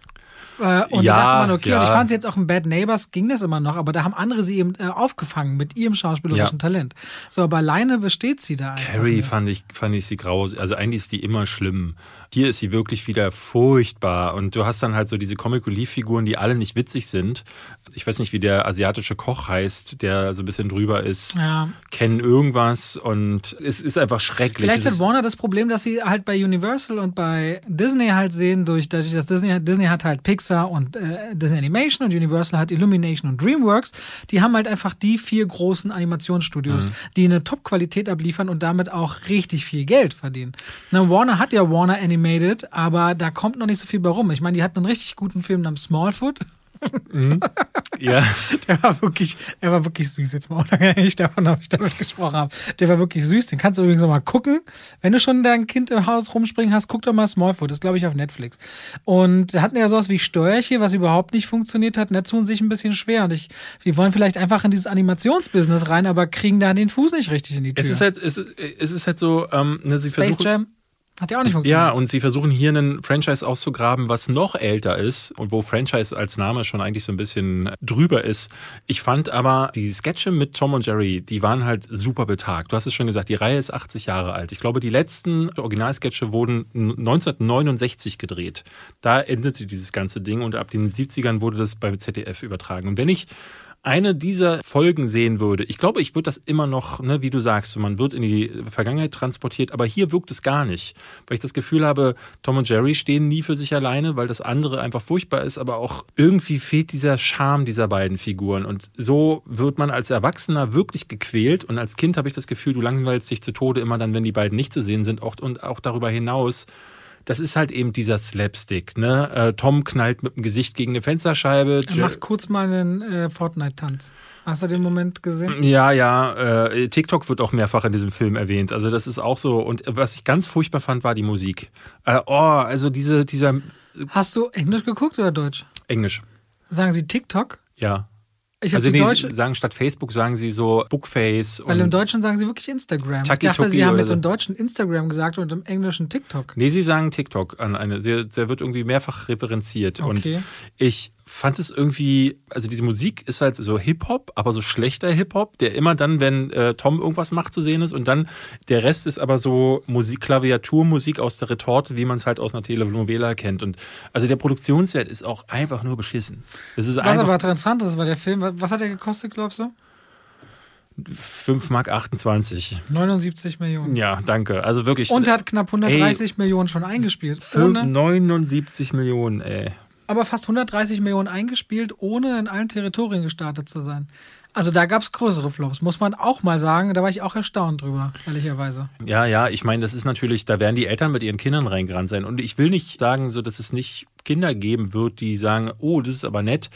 Und ja, da dachte man, okay, ja. und ich fand sie jetzt auch in Bad Neighbors ging das immer noch, aber da haben andere sie eben äh, aufgefangen mit ihrem schauspielerischen ja. Talent. So, aber alleine besteht sie da einfach. Carrie fand ich, fand ich sie grausig. Also eigentlich ist die immer schlimm. Hier ist sie wirklich wieder furchtbar. Und du hast dann halt so diese Comic-Relief-Figuren, die alle nicht witzig sind. Ich weiß nicht, wie der asiatische Koch heißt, der so ein bisschen drüber ist. Ja. Kennen irgendwas und es ist einfach schrecklich. Vielleicht hat Warner das Problem, dass sie halt bei Universal und bei Disney halt sehen, durch, dadurch, dass Disney, Disney hat halt Pixar und äh, Disney Animation und Universal hat Illumination und DreamWorks. Die haben halt einfach die vier großen Animationsstudios, mhm. die eine Top-Qualität abliefern und damit auch richtig viel Geld verdienen. Na, Warner hat ja Warner Animated, aber da kommt noch nicht so viel bei rum. Ich meine, die hatten einen richtig guten Film namens Smallfoot. Mhm. Ja. Der war wirklich, er war wirklich süß. Jetzt mal unabhängig davon, ob ich damit gesprochen habe. Der war wirklich süß. Den kannst du übrigens noch mal gucken. Wenn du schon dein Kind im Haus rumspringen hast, guck doch mal Smallfoot. Das ist, glaube ich, auf Netflix. Und da hatten ja sowas wie Störche, was überhaupt nicht funktioniert hat. Und da tun sich ein bisschen schwer. Und ich, wir wollen vielleicht einfach in dieses Animationsbusiness rein, aber kriegen da den Fuß nicht richtig in die Tür. Es ist halt, es ist, es ist halt so, ähm, ne, sie Space versuchen, Jam. Hat ja auch nicht funktioniert. Ja, und sie versuchen hier einen Franchise auszugraben, was noch älter ist und wo Franchise als Name schon eigentlich so ein bisschen drüber ist. Ich fand aber, die Sketche mit Tom und Jerry, die waren halt super betagt. Du hast es schon gesagt, die Reihe ist achtzig Jahre alt. Ich glaube, die letzten Originalsketche wurden neunzehnhundertneunundsechzig gedreht. Da endete dieses ganze Ding und ab den siebzigern wurde das beim Z D F übertragen. Und wenn ich eine dieser Folgen sehen würde, ich glaube, ich würde das immer noch, ne, wie du sagst, man wird in die Vergangenheit transportiert, aber hier wirkt es gar nicht, weil ich das Gefühl habe, Tom und Jerry stehen nie für sich alleine, weil das andere einfach furchtbar ist, aber auch irgendwie fehlt dieser Charme dieser beiden Figuren und so wird man als Erwachsener wirklich gequält und als Kind habe ich das Gefühl, du langweilst dich zu Tode immer dann, wenn die beiden nicht zu sehen sind, auch, und auch darüber hinaus. Das ist halt eben dieser Slapstick, ne? Äh, Tom knallt mit dem Gesicht gegen eine Fensterscheibe. Er macht kurz mal einen äh, Fortnite-Tanz. Hast du den Moment gesehen? Ja, ja. Äh, TikTok wird auch mehrfach in diesem Film erwähnt. Also das ist auch so. Und was ich ganz furchtbar fand, war die Musik. Äh, oh, also diese, dieser... Hast du Englisch geguckt oder Deutsch? Englisch. Sagen sie TikTok? Ja. Ich also die nee, Deutsche, sie sagen statt Facebook sagen sie so Bookface. Weil und im Deutschen sagen sie wirklich Instagram. Taki ich dachte, Toki sie haben oder jetzt so. im Deutschen Instagram gesagt und im Englischen TikTok. Nee, sie sagen TikTok an eine. Der wird irgendwie mehrfach referenziert. Okay. Und ich fand es irgendwie, also diese Musik ist halt so Hip-Hop, aber so schlechter Hip-Hop, der immer dann, wenn äh, Tom irgendwas macht, zu sehen ist. Und dann der Rest ist aber so Musik, Klaviaturmusik aus der Retorte, wie man es halt aus einer Telenovela kennt. Und also der Produktionswert ist auch einfach nur beschissen. Das ist Was einfach aber interessant ist, war der Film, was hat der gekostet, glaubst du? fünf Mark achtundzwanzig. neunundsiebzig Millionen. Ja, danke. Also wirklich. Und hat knapp hundertdreißig ey, Millionen schon eingespielt. Ohne, neunundsiebzig Millionen, ey. Aber fast hundertdreißig Millionen eingespielt, ohne in allen Territorien gestartet zu sein. Also da gab es größere Flops, muss man auch mal sagen. Da war ich auch erstaunt drüber, ehrlicherweise. Ja, ja, ich meine, das ist natürlich, da werden die Eltern mit ihren Kindern reingerannt sein. Und ich will nicht sagen, so, dass es nicht Kinder geben wird, die sagen, oh, das ist aber nett.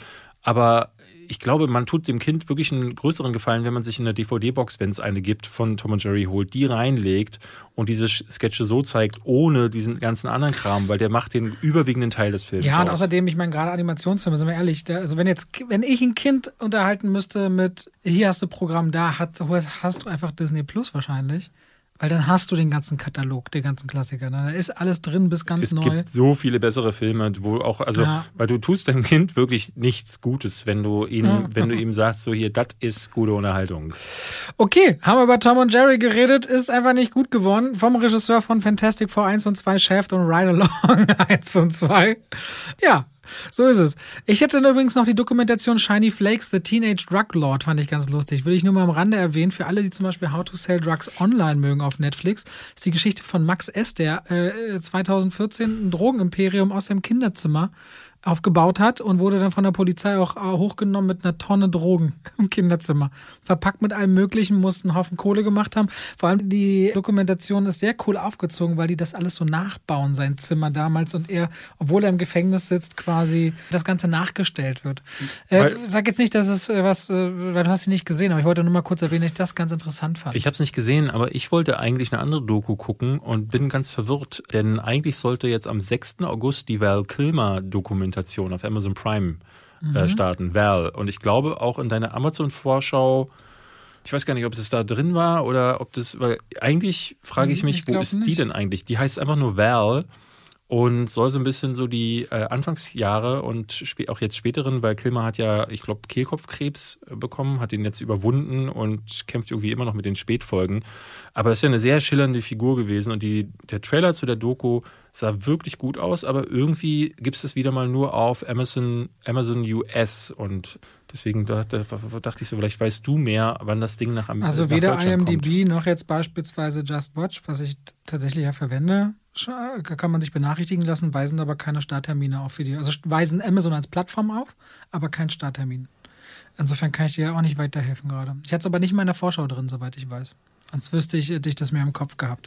Aber ich glaube, man tut dem Kind wirklich einen größeren Gefallen, wenn man sich in der D V D-Box, wenn es eine gibt, von Tom und Jerry holt, die reinlegt und diese Sketche so zeigt, ohne diesen ganzen anderen Kram, weil der macht den überwiegenden Teil des Films Ja, und aus. außerdem, ich meine, gerade Animationsfilme, sind wir ehrlich, der, also wenn jetzt, wenn ich ein Kind unterhalten müsste mit, hier hast du Programm, da hast, hast du einfach Disney Plus wahrscheinlich. Weil dann hast du den ganzen Katalog, der ganzen Klassiker. Ne? Da ist alles drin bis ganz es neu. Es gibt so viele bessere Filme, wo auch, also, ja. weil du tust deinem Kind wirklich nichts Gutes, wenn du ihm, ja. wenn du ihm sagst, so hier, das ist gute Unterhaltung. Okay, haben wir über Tom und Jerry geredet, ist einfach nicht gut geworden. Vom Regisseur von Fantastic Four eins und zwei, Shaft und Ride Along eins und zwei. Ja. So ist es. Ich hätte übrigens noch die Dokumentation Shiny Flakes, The Teenage Drug Lord, fand ich ganz lustig. Will ich nur mal am Rande erwähnen, für alle, die zum Beispiel How to Sell Drugs Online mögen auf Netflix, ist die Geschichte von Max S., der äh, zweitausendvierzehn ein Drogenimperium aus seinem Kinderzimmer aufgebaut hat und wurde dann von der Polizei auch hochgenommen mit einer Tonne Drogen im Kinderzimmer. Verpackt mit allem Möglichen, mussten einen Haufen Kohle gemacht haben. Vor allem die Dokumentation ist sehr cool aufgezogen, weil die das alles so nachbauen, sein Zimmer damals, und er, obwohl er im Gefängnis sitzt, quasi das Ganze nachgestellt wird. Äh, sag jetzt nicht, dass es was, weil du hast sie nicht gesehen, aber ich wollte nur mal kurz erwähnen, dass ich das ganz interessant fand. Ich habe es nicht gesehen, aber ich wollte eigentlich eine andere Doku gucken und bin ganz verwirrt, denn eigentlich sollte jetzt am sechsten August die Val Kilmer Dokumentation auf Amazon Prime äh, mhm. starten, Val. Und ich glaube auch in deiner Amazon-Vorschau, ich weiß gar nicht, ob das da drin war oder ob das, weil eigentlich frage ich mich, ich wo ist nicht. die denn eigentlich? Die heißt einfach nur Val und soll so ein bisschen so die äh, Anfangsjahre und sp- auch jetzt späteren, weil Kilmer hat ja, ich glaube, Kehlkopfkrebs bekommen, hat den jetzt überwunden und kämpft irgendwie immer noch mit den Spätfolgen. Aber es ist ja eine sehr schillernde Figur gewesen und die, der Trailer zu der Doku sah wirklich gut aus, aber irgendwie gibt es das wieder mal nur auf Amazon, Amazon U S und deswegen dachte, dachte ich so, vielleicht weißt du mehr, wann das Ding nach Amerika Also weder I M D B kommt. Noch jetzt beispielsweise Just Watch, was ich tatsächlich ja verwende, kann man sich benachrichtigen lassen, weisen aber keine Starttermine auf für die. Also weisen Amazon als Plattform auf, aber kein Starttermin. Insofern kann ich dir auch nicht weiterhelfen gerade. Ich hatte es aber nicht mal in der Vorschau drin, soweit ich weiß. Sonst wüsste ich, hätte ich das mehr im Kopf gehabt.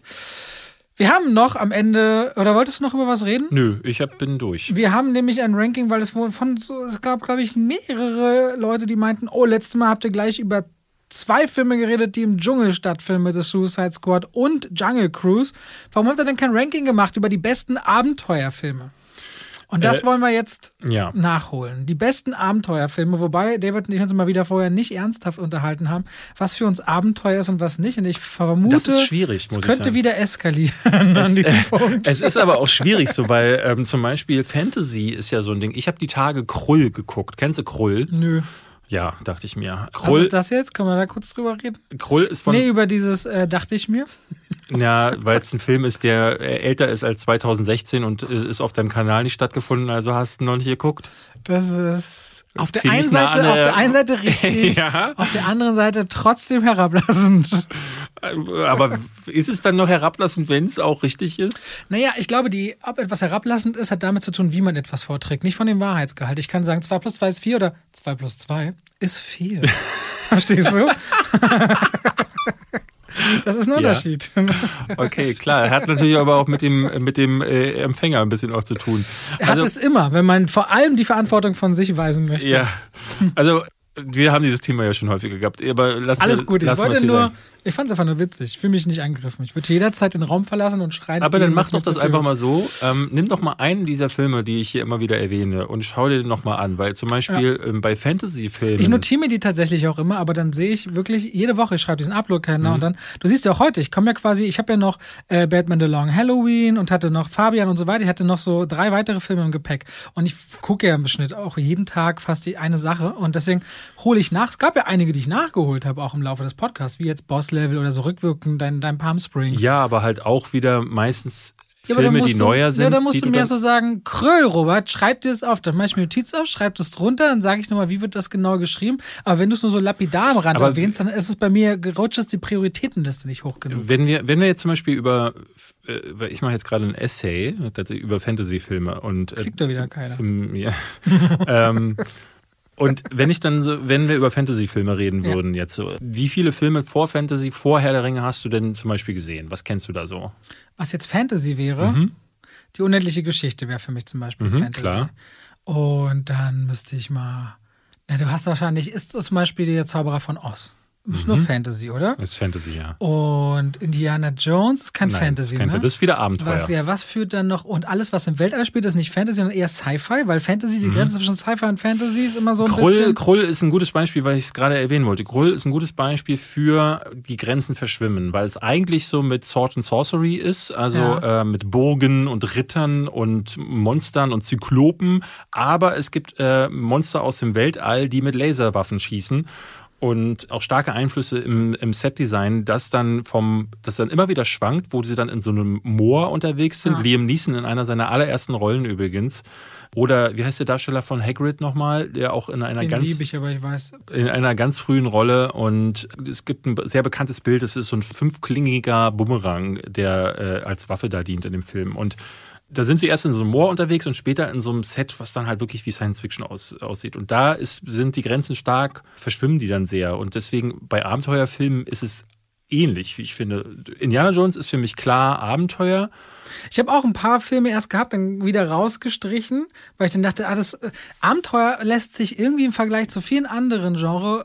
Wir haben noch am Ende, oder wolltest du noch über was reden? Nö, ich hab, bin durch. Wir haben nämlich ein Ranking, weil es wohl von so, es gab, glaube ich, mehrere Leute, die meinten, oh, letztes Mal habt ihr gleich über zwei Filme geredet, die im Dschungel stattfinden, The Suicide Squad und Jungle Cruise. Warum habt ihr denn kein Ranking gemacht über die besten Abenteuerfilme? Und das äh, wollen wir jetzt ja. nachholen. Die besten Abenteuerfilme, wobei David und ich uns mal wieder vorher nicht ernsthaft unterhalten haben, was für uns Abenteuer ist und was nicht. Und ich vermute, das ist schwierig, muss es könnte ich sagen. wieder eskalieren es, an diesem äh, Punkt. Es ist aber auch schwierig so, weil ähm, zum Beispiel Fantasy ist ja so ein Ding. Ich habe die Tage Krull geguckt. Kennst du Krull? Nö. Ja, dachte ich mir. Krull, was ist das jetzt? Können wir da kurz drüber reden? Krull ist von... Nee, über dieses, äh, dachte ich mir. Ja, weil es ein Film ist, der älter ist als zweitausendsechzehn und ist auf deinem Kanal nicht stattgefunden, also hast du noch nicht geguckt. Das ist auf der Ziemlich einen Seite, nah auf der einen Seite richtig, ja. auf der anderen Seite trotzdem herablassend. Aber ist es dann noch herablassend, wenn es auch richtig ist? Naja, ich glaube, die, ob etwas herablassend ist, hat damit zu tun, wie man etwas vorträgt, nicht von dem Wahrheitsgehalt. Ich kann sagen, zwei plus zwei ist vier oder zwei plus zwei ist vier. Verstehst du? Das ist ein Unterschied. Ja. Okay, klar. Er hat natürlich aber auch mit dem, mit dem äh, Empfänger ein bisschen auch zu tun. Er also, hat es immer, wenn man vor allem die Verantwortung von sich weisen möchte. Ja, also wir haben dieses Thema ja schon häufiger gehabt. Aber lass Alles wir, gut, ich lass wollte nur... Sein. Ich fand es einfach nur witzig. Ich fühle mich nicht angegriffen. Ich würde jederzeit den Raum verlassen und schreien. Aber dann mach doch das einfach mal so. Ähm, nimm doch mal einen dieser Filme, die ich hier immer wieder erwähne, und schau dir den noch mal an. Weil zum Beispiel ja. ähm, bei Fantasy-Filmen... Ich notiere mir die tatsächlich auch immer, aber dann sehe ich wirklich, jede Woche, ich schreibe diesen Upload-Kalender mhm. und dann, du siehst ja auch heute, ich komme ja quasi, ich habe ja noch äh, Batman The Long Halloween und hatte noch Fabian und so weiter. Ich hatte noch so drei weitere Filme im Gepäck. Und ich gucke ja im Schnitt auch jeden Tag fast die eine Sache. Und deswegen hole ich nach. Es gab ja einige, die ich nachgeholt habe, auch im Laufe des Podcasts, wie jetzt Boss Level oder so rückwirkend. Dein, dein Palm Springs. Ja, aber halt auch wieder meistens ja, Filme, die du, neuer sind. Ja, da musst du mir dann so sagen, Kröll, Robert, schreib dir das auf. Dann mache ich mir Notiz auf, schreib das drunter, dann sage ich nochmal, wie wird das genau geschrieben. Aber wenn du es nur so lapidar am Rand aber erwähnst, dann ist es bei mir, gerutscht ist die Prioritätenliste nicht hoch genug. Wenn wir, wenn wir jetzt zum Beispiel über, äh, ich mache jetzt gerade ein Essay über Fantasy-Filme und... Äh, Kriegt da wieder keiner. Ähm, ja. ähm, Und wenn ich dann so, wenn wir über Fantasy-Filme reden ja. würden jetzt so, wie viele Filme vor Fantasy, vor Herr der Ringe hast du denn zum Beispiel gesehen? Was kennst du da so? Was jetzt Fantasy wäre, mhm. die unendliche Geschichte wäre für mich zum Beispiel mhm, Fantasy. Klar. Und dann müsste ich mal, Na, du hast wahrscheinlich, ist zum Beispiel der Zauberer von Oz. Das ist Mhm. nur Fantasy, oder? Das ist Fantasy, ja. Und Indiana Jones ist kein Nein, Fantasy, das ist kein ne? Fan- das ist wieder Abenteuer. Was, ja, was führt dann noch? Und alles, was im Weltall spielt, ist nicht Fantasy, sondern eher Sci-Fi, weil Fantasy, die Grenze zwischen Sci-Fi und Fantasy ist immer so ein Krull, bisschen... Krull ist ein gutes Beispiel, weil ich es gerade erwähnen wollte. Krull ist ein gutes Beispiel für die Grenzen verschwimmen, weil es eigentlich so mit Sword and Sorcery ist, also Ja. äh, mit Burgen und Rittern und Monstern und Zyklopen, aber es gibt äh, Monster aus dem Weltall, die mit Laserwaffen schießen. Und auch starke Einflüsse im, im Setdesign, das dann vom, das dann immer wieder schwankt, wo sie dann in so einem Moor unterwegs sind. Ja. Liam Neeson in einer seiner allerersten Rollen übrigens. Oder wie heißt der Darsteller von Hagrid nochmal, der auch in einer Den ganz liebe ich, aber ich weiß... in einer ganz frühen Rolle, und es gibt ein sehr bekanntes Bild, es ist so ein fünfklingiger Bumerang, der äh, als Waffe da dient in dem Film. Und da sind sie erst in so einem Moor unterwegs und später in so einem Set, was dann halt wirklich wie Science Fiction aus, aussieht. Und da ist, sind die Grenzen stark, verschwimmen die dann sehr. Und deswegen bei Abenteuerfilmen ist es ähnlich, wie ich finde. Indiana Jones ist für mich klar Abenteuer. Ich habe auch ein paar Filme erst gehabt, dann wieder rausgestrichen, weil ich dann dachte, ah, das äh, Abenteuer lässt sich irgendwie im Vergleich zu vielen anderen Genres,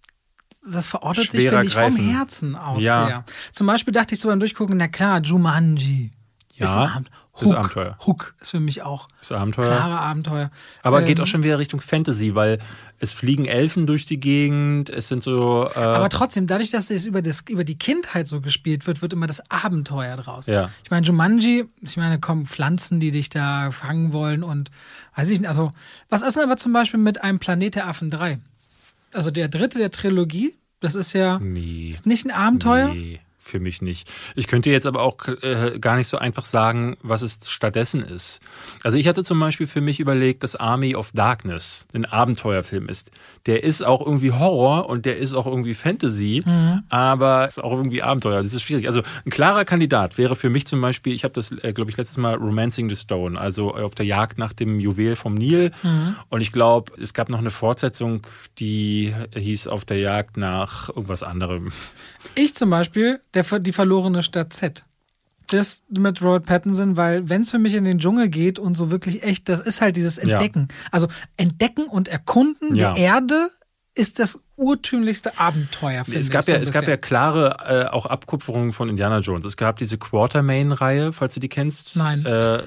das verortet sich, Schwerer finde ich, vom greifen. Herzen aus Ja. sehr. Zum Beispiel dachte ich so beim Durchgucken, na klar, Jumanji. Ja, ist ein Abend- ist Hook, Abenteuer. Hook ist für mich auch Ist Abenteuer. klare Abenteuer. Aber Ähm, geht auch schon wieder Richtung Fantasy, weil es fliegen Elfen durch die Gegend, es sind so... Äh, Aber trotzdem, dadurch, dass es über, das, über die Kindheit so gespielt wird, wird immer das Abenteuer draus. Ja. Ich meine, Jumanji, ich meine, kommen Pflanzen, die dich da fangen wollen und weiß ich nicht, also, was ist denn aber zum Beispiel mit einem Planet der Affen drei? Also der dritte der Trilogie, das ist ja, nee. ist nicht ein Abenteuer? Nee, für mich nicht. Ich könnte jetzt aber auch äh, gar nicht so einfach sagen, was es stattdessen ist. Also ich hatte zum Beispiel für mich überlegt, dass Army of Darkness ein Abenteuerfilm ist. Der ist auch irgendwie Horror und der ist auch irgendwie Fantasy, Mhm. aber ist auch irgendwie Abenteuer. Das ist schwierig. Also ein klarer Kandidat wäre für mich zum Beispiel, ich habe das, äh, glaube ich, letztes Mal Romancing the Stone, also auf der Jagd nach dem Juwel vom Nil. Mhm. Und ich glaube, es gab noch eine Fortsetzung, die hieß Auf der Jagd nach irgendwas anderem. Ich zum Beispiel, der, die verlorene Stadt Z. Das mit Robert Pattinson, weil wenn es für mich in den Dschungel geht und so wirklich echt, das ist halt dieses Entdecken. Also Entdecken und Erkunden Ja. der Erde ist das urtümlichste Abenteuer, finde Es ich. gab so ja, ein es gab bisschen. ja klare äh, auch Abkupferungen von Indiana Jones. Es gab diese Quatermain-Reihe, falls du die kennst. Nein. Äh,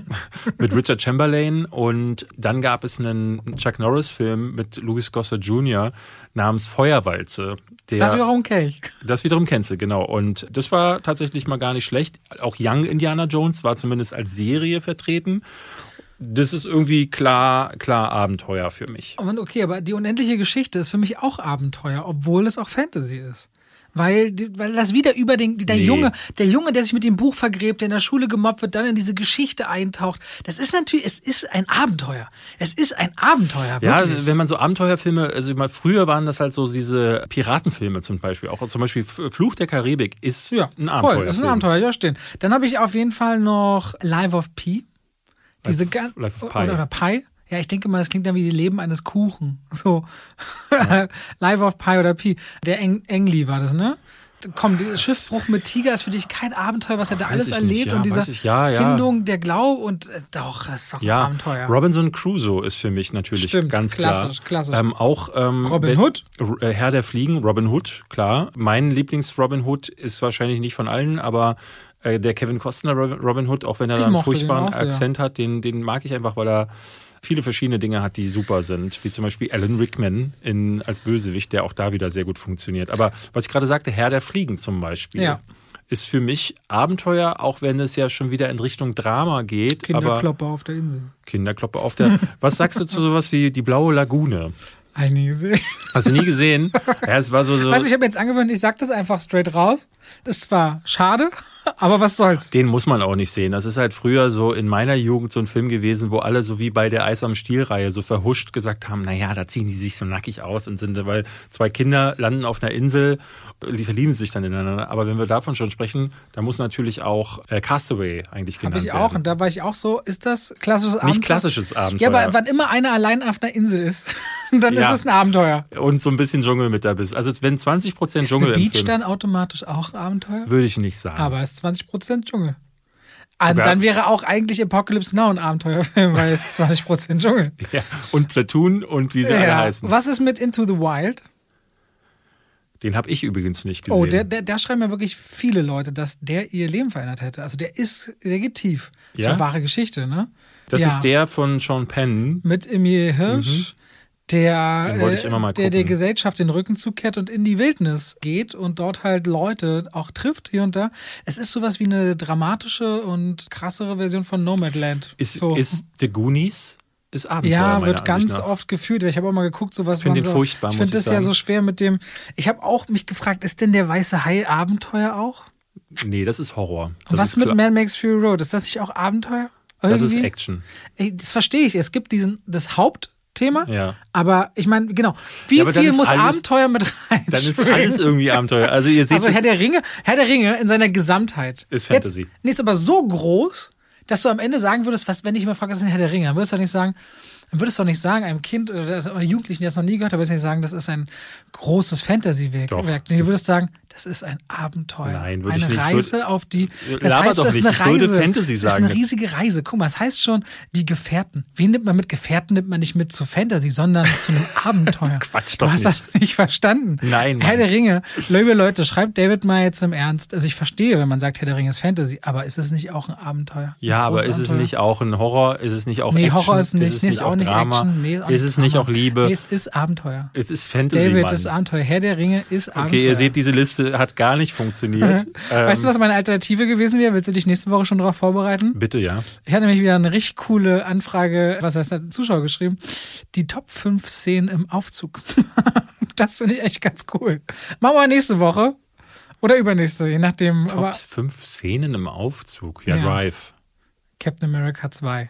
mit Richard Chamberlain. Und dann gab es einen Chuck Norris-Film mit Louis Gossett Junior namens Feuerwalze. Der, Das wiederum kenne ich. Das wiederum kennst du, genau. Und das war tatsächlich mal gar nicht schlecht. Auch Young Indiana Jones war zumindest als Serie vertreten. Das ist irgendwie klar, klar Abenteuer für mich. Und okay, aber die unendliche Geschichte ist für mich auch Abenteuer, obwohl es auch Fantasy ist. Weil, die- weil das wieder über den, der Nee. Junge, der Junge, der sich mit dem Buch vergräbt, der in der Schule gemobbt wird, dann in diese Geschichte eintaucht. Das ist natürlich, es ist ein Abenteuer. Es ist ein Abenteuer, Ja, wirklich. wenn man so Abenteuerfilme, also mal früher waren das halt so diese Piratenfilme zum Beispiel, auch zum Beispiel Fluch der Karibik ist ja, ein voll, Abenteuerfilm. ist ein Abenteuer, ja, stehen. Dann habe ich auf jeden Fall noch Life of Pi. Diese Life- gan- Life of Pi. Oder, oder Pi. Ja, ich denke mal, das klingt dann wie die Leben eines Kuchen. So. Life of Pi oder Pi. Der Eng Engli war das, ne? Komm, dieser Schiffbruch mit Tiger ist für dich kein Abenteuer, was er da Weiß alles ich erlebt nicht, ja, und dieser weiß ich. Ja, ja. Findung der Glaube und äh, doch, das ist doch ein Ja, Abenteuer. Robinson Crusoe ist für mich natürlich Stimmt, ganz klassisch, klar. klassisch. Ähm, auch ähm, Robin wenn- Hood? Äh, Herr der Fliegen, Robin Hood, klar. Mein Lieblings-Robin Hood ist wahrscheinlich nicht von allen, aber äh, der Kevin Costner Robin Robin Hood, auch wenn er Ich da einen mochte den furchtbaren auch sehr. Akzent hat, den, den mag ich einfach, weil er viele verschiedene Dinge hat, die super sind, wie zum Beispiel Alan Rickman in, als Bösewicht, der auch da wieder sehr gut funktioniert. Aber was ich gerade sagte, Herr der Fliegen zum Beispiel, Ja. ist für mich Abenteuer, auch wenn es ja schon wieder in Richtung Drama geht. Aber Kinderklopper auf der Insel. Kinderkloppe auf der. Was sagst du zu sowas wie die Blaue Lagune? Hab ich nie gesehen. Hast du nie gesehen? Ja, es war so. so Weißt du, ich habe mir jetzt angewöhnt, ich sag das einfach straight raus. Das ist zwar schade, aber was soll's. Den muss man auch nicht sehen. Das ist halt früher so in meiner Jugend so ein Film gewesen, wo alle so wie bei der Eis am Stiel-Reihe so verhuscht gesagt haben, naja, da ziehen die sich so nackig aus und sind, weil zwei Kinder landen auf einer Insel, die verlieben sich dann ineinander. Aber wenn wir davon schon sprechen, da muss natürlich auch äh, Castaway eigentlich genannt Habe ich werden. auch. Und da war ich auch so, ist das klassisches Abenteuer? Nicht klassisches Abenteuer. Ja, aber wann immer einer allein auf einer Insel ist, dann Ja. ist es ein Abenteuer. Und so ein bisschen Dschungel mit da bist. Also wenn zwanzig Prozent Ist Dschungel The im Beach Film, dann automatisch auch Abenteuer? würde ich nicht sagen. Aber es ist zwanzig Prozent Dschungel. Ah, Sogar, dann wäre auch eigentlich Apocalypse Now ein Abenteuerfilm, weil es zwanzig Prozent Dschungel. ja, und Platoon und wie sie Ja. alle heißen. Was ist mit Into the Wild? Den habe ich übrigens nicht gesehen. Oh, der, der, da schreiben ja wirklich viele Leute, dass der ihr Leben verändert hätte. Also der ist, der geht tief. Das ist Ja? eine wahre Geschichte, ne? das ja. ist der von Sean Penn. Mit Emil Hirsch, der, Den wollte ich äh, immer mal der der gucken. Gesellschaft den Rücken zukehrt und in die Wildnis geht und dort halt Leute auch trifft hier und da. Es ist sowas wie eine dramatische und krassere Version von Nomadland. Ist, so. ist The Goonies? Ist Abenteuer, Ja, meiner wird Ansicht ganz nach. oft gefühlt. Ich habe auch mal geguckt, so was Ich finde man den so, furchtbar, Ich muss finde ich das ja sagen. so schwer mit dem. Ich habe auch mich gefragt, ist denn der weiße Hai Abenteuer auch? Nee, das ist Horror. Das Und was ist mit klar. Man Makes Fury Road? Ist das nicht auch Abenteuer? Das ist Irgendwie? Action. Ey, das verstehe ich. Es gibt diesen das Hauptthema, Ja. aber ich meine, genau. Wie Ja, aber dann viel ist muss alles- Abenteuer mit rein? Dann ist alles irgendwie Abenteuer. Also ihr seht, Also Herr der Ringe, Herr der Ringe in seiner Gesamtheit. Ist Fantasy. Jetzt, nee, ist aber so groß, dass du am Ende sagen würdest, was, wenn ich immer frage, was ist denn Herr der Ringe, dann würdest du doch nicht sagen, dann würdest du doch nicht sagen, einem Kind oder, oder Jugendlichen, der es noch nie gehört hat, würdest du nicht sagen, das ist ein großes Fantasy-Werk. Doch. Werk. Nee, du würdest sagen, das ist ein Abenteuer. Nein, würde eine ich nicht. Reise Würde- auf die. Das Laber heißt, doch das ist nicht. eine Ich würde Reise. Fantasy Das ist sagen. eine riesige Reise. Guck mal, es heißt schon, die Gefährten. Wen nimmt man mit Gefährten? Nimmt man nicht mit zu Fantasy, sondern zu einem Abenteuer. Quatsch Du doch hast nicht. das nicht verstanden. Nein, Mann. Herr der Ringe, liebe Leute, schreibt David mal jetzt im Ernst. Also ich verstehe, wenn man sagt, Herr der Ringe ist Fantasy, aber ist es nicht auch ein Abenteuer? Ja, Ein aber großes ist es Abenteuer? nicht auch ein Horror? Ist es nicht auch Nee, Action? Horror ist nicht. Ist es Nee, nicht ist auch auch nicht Drama? Action. Nee, auch ist nicht es nicht Drama. auch Liebe? Nee, es ist Abenteuer. Es ist Fantasy, David Mann. ist Abenteuer. Herr der Ringe ist Abenteuer. Okay, ihr seht, diese Liste hat gar nicht funktioniert. Weißt du, ähm, was meine Alternative gewesen wäre? Willst du dich nächste Woche schon darauf vorbereiten? Bitte, ja. Ich hatte nämlich wieder eine richtig coole Anfrage, was heißt, hat ein Zuschauer geschrieben. Die Top fünf Szenen im Aufzug. Das finde ich echt ganz cool. Machen wir nächste Woche. Oder übernächste, je nachdem. Top Aber fünf Szenen im Aufzug. Ja, Ja. Drive. Captain America zwei.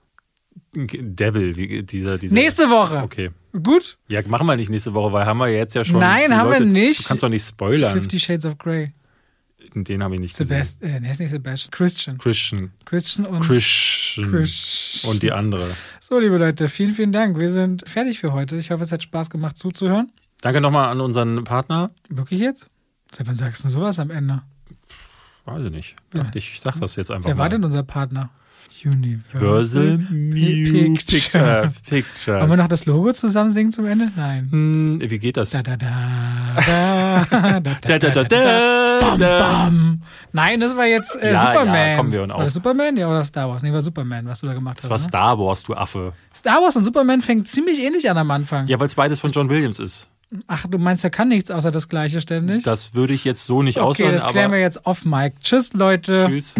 Devil, wie, dieser, dieser. Nächste Woche. Okay. Gut? Ja, machen wir nicht nächste Woche, weil haben wir jetzt ja schon. Nein, die haben wir Leute, nicht. Du kannst doch nicht spoilern. Fifty Shades of Grey. Den habe ich nicht gesehen. Sebastian, äh, nee, ist nicht Sebastian. Christian. Christian. Christian und Christian. Christian. Und die andere. So, liebe Leute, vielen, vielen Dank. Wir sind fertig für heute. Ich hoffe, es hat Spaß gemacht zuzuhören. Danke nochmal an unseren Partner. Wirklich jetzt? Seit wann sagst du sowas am Ende? Weiß ich nicht. Dachte ich, ich sag das jetzt einfach Wer mal. war denn unser Partner? Universal Picture. Picture. Wollen wir noch das Logo zusammen singen zum Ende? Nein. Hm, wie geht das? Da, da, da, da, da, Da, da, da, da, Bam, da. bam. Nein, das war jetzt äh, Ja, Superman. ja, kommen wir und War auf. das Superman? Ja, oder Star Wars? Nee, war Superman, was du da gemacht Das hast. war ne? Star Wars, du Affe. Star Wars und Superman fängt ziemlich ähnlich an am Anfang. Ja, weil es beides von John Williams ist. Ach, du meinst, er kann nichts außer das Gleiche ständig? Das würde ich jetzt so nicht Okay, ausmachen, das klären aber wir jetzt off Mic. Tschüss, Leute. tschüss.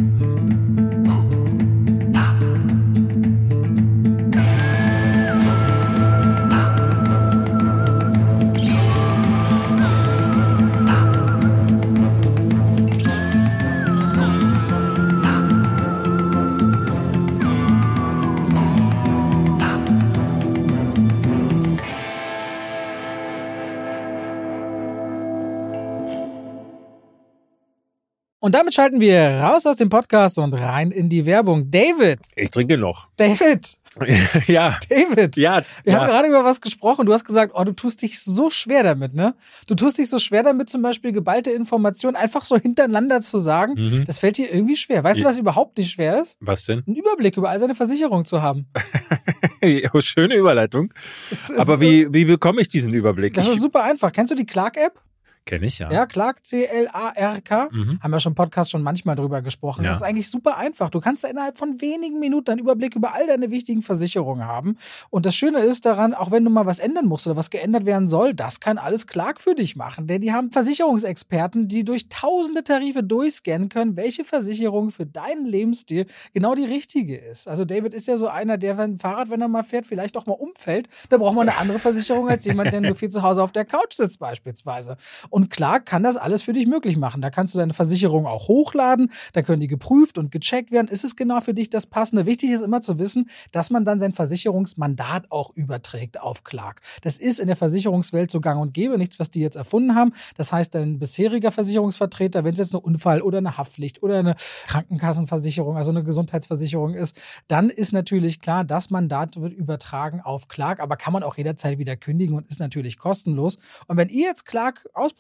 Und damit schalten wir raus aus dem Podcast und rein in die Werbung. David, Ich trinke noch. David, Ja. David. Ja, Wir haben ja. gerade über was gesprochen. Du hast gesagt, oh, du tust dich so schwer damit, ne? Du tust dich so schwer damit, zum Beispiel geballte Informationen einfach so hintereinander zu sagen. Mhm. Das fällt dir irgendwie schwer. Weißt du, Ja. was überhaupt nicht schwer ist? Was denn? Einen Überblick über all seine Versicherungen zu haben. Oh, schöne Überleitung. Das ist- Aber wie, wie bekomme ich diesen Überblick? Das ist super einfach. Kennst du die Clark-App? Kenne ich ja. Ja, Clark, C L A R K. Mhm. Haben wir schon im Podcast schon manchmal drüber gesprochen. Ja. Das ist eigentlich super einfach. Du kannst da innerhalb von wenigen Minuten einen Überblick über all deine wichtigen Versicherungen haben. Und das Schöne ist daran, auch wenn du mal was ändern musst oder was geändert werden soll, das kann alles Clark für dich machen. Denn die haben Versicherungsexperten, die durch tausende Tarife durchscannen können, welche Versicherung für deinen Lebensstil genau die richtige ist. Also David ist ja so einer, der, wenn ein Fahrrad, wenn er mal fährt, vielleicht auch mal umfällt, da braucht man eine andere Versicherung als jemand, der nur viel zu Hause auf der Couch sitzt beispielsweise. Und klar kann das alles für dich möglich machen. Da kannst du deine Versicherung auch hochladen, da können die geprüft und gecheckt werden. Ist es genau für dich das Passende? Wichtig ist immer zu wissen, dass man dann sein Versicherungsmandat auch überträgt auf Clark. Das ist in der Versicherungswelt so gang und gäbe, nichts, was die jetzt erfunden haben. Das heißt, dein bisheriger Versicherungsvertreter, wenn es jetzt eine Unfall- oder eine Haftpflicht oder eine Krankenkassenversicherung, also eine Gesundheitsversicherung ist, dann ist natürlich klar, das Mandat wird übertragen auf Clark, aber kann man auch jederzeit wieder kündigen und ist natürlich kostenlos. Und wenn ihr jetzt Clark ausprobiert,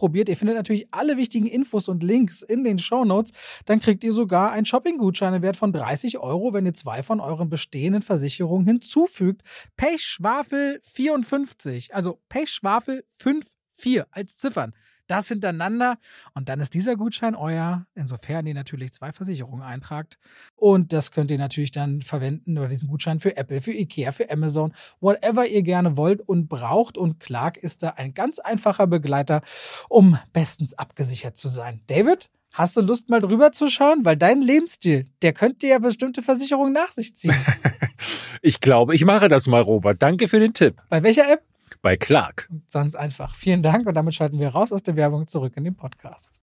ausprobiert, ihr findet natürlich alle wichtigen Infos und Links in den Shownotes, dann kriegt ihr sogar einen Shopping-Gutschein im Wert von dreißig Euro, wenn ihr zwei von euren bestehenden Versicherungen hinzufügt. Pechschwafel vierundfünfzig, also Pechschwafel fünf vier als Ziffern. Das hintereinander und dann ist dieser Gutschein euer, insofern ihr natürlich zwei Versicherungen eintragt. Und das könnt ihr natürlich dann verwenden oder diesen Gutschein für Apple, für Ikea, für Amazon, whatever ihr gerne wollt und braucht. Und Clark ist da ein ganz einfacher Begleiter, um bestens abgesichert zu sein. David, hast du Lust mal drüber zu schauen? Weil dein Lebensstil, der könnte ja bestimmte Versicherungen nach sich ziehen. Ich glaube, ich mache das mal, Robert. Danke für den Tipp. Bei welcher App? Bei Clark. Ganz einfach. Vielen Dank und damit schalten wir raus aus der Werbung zurück in den Podcast.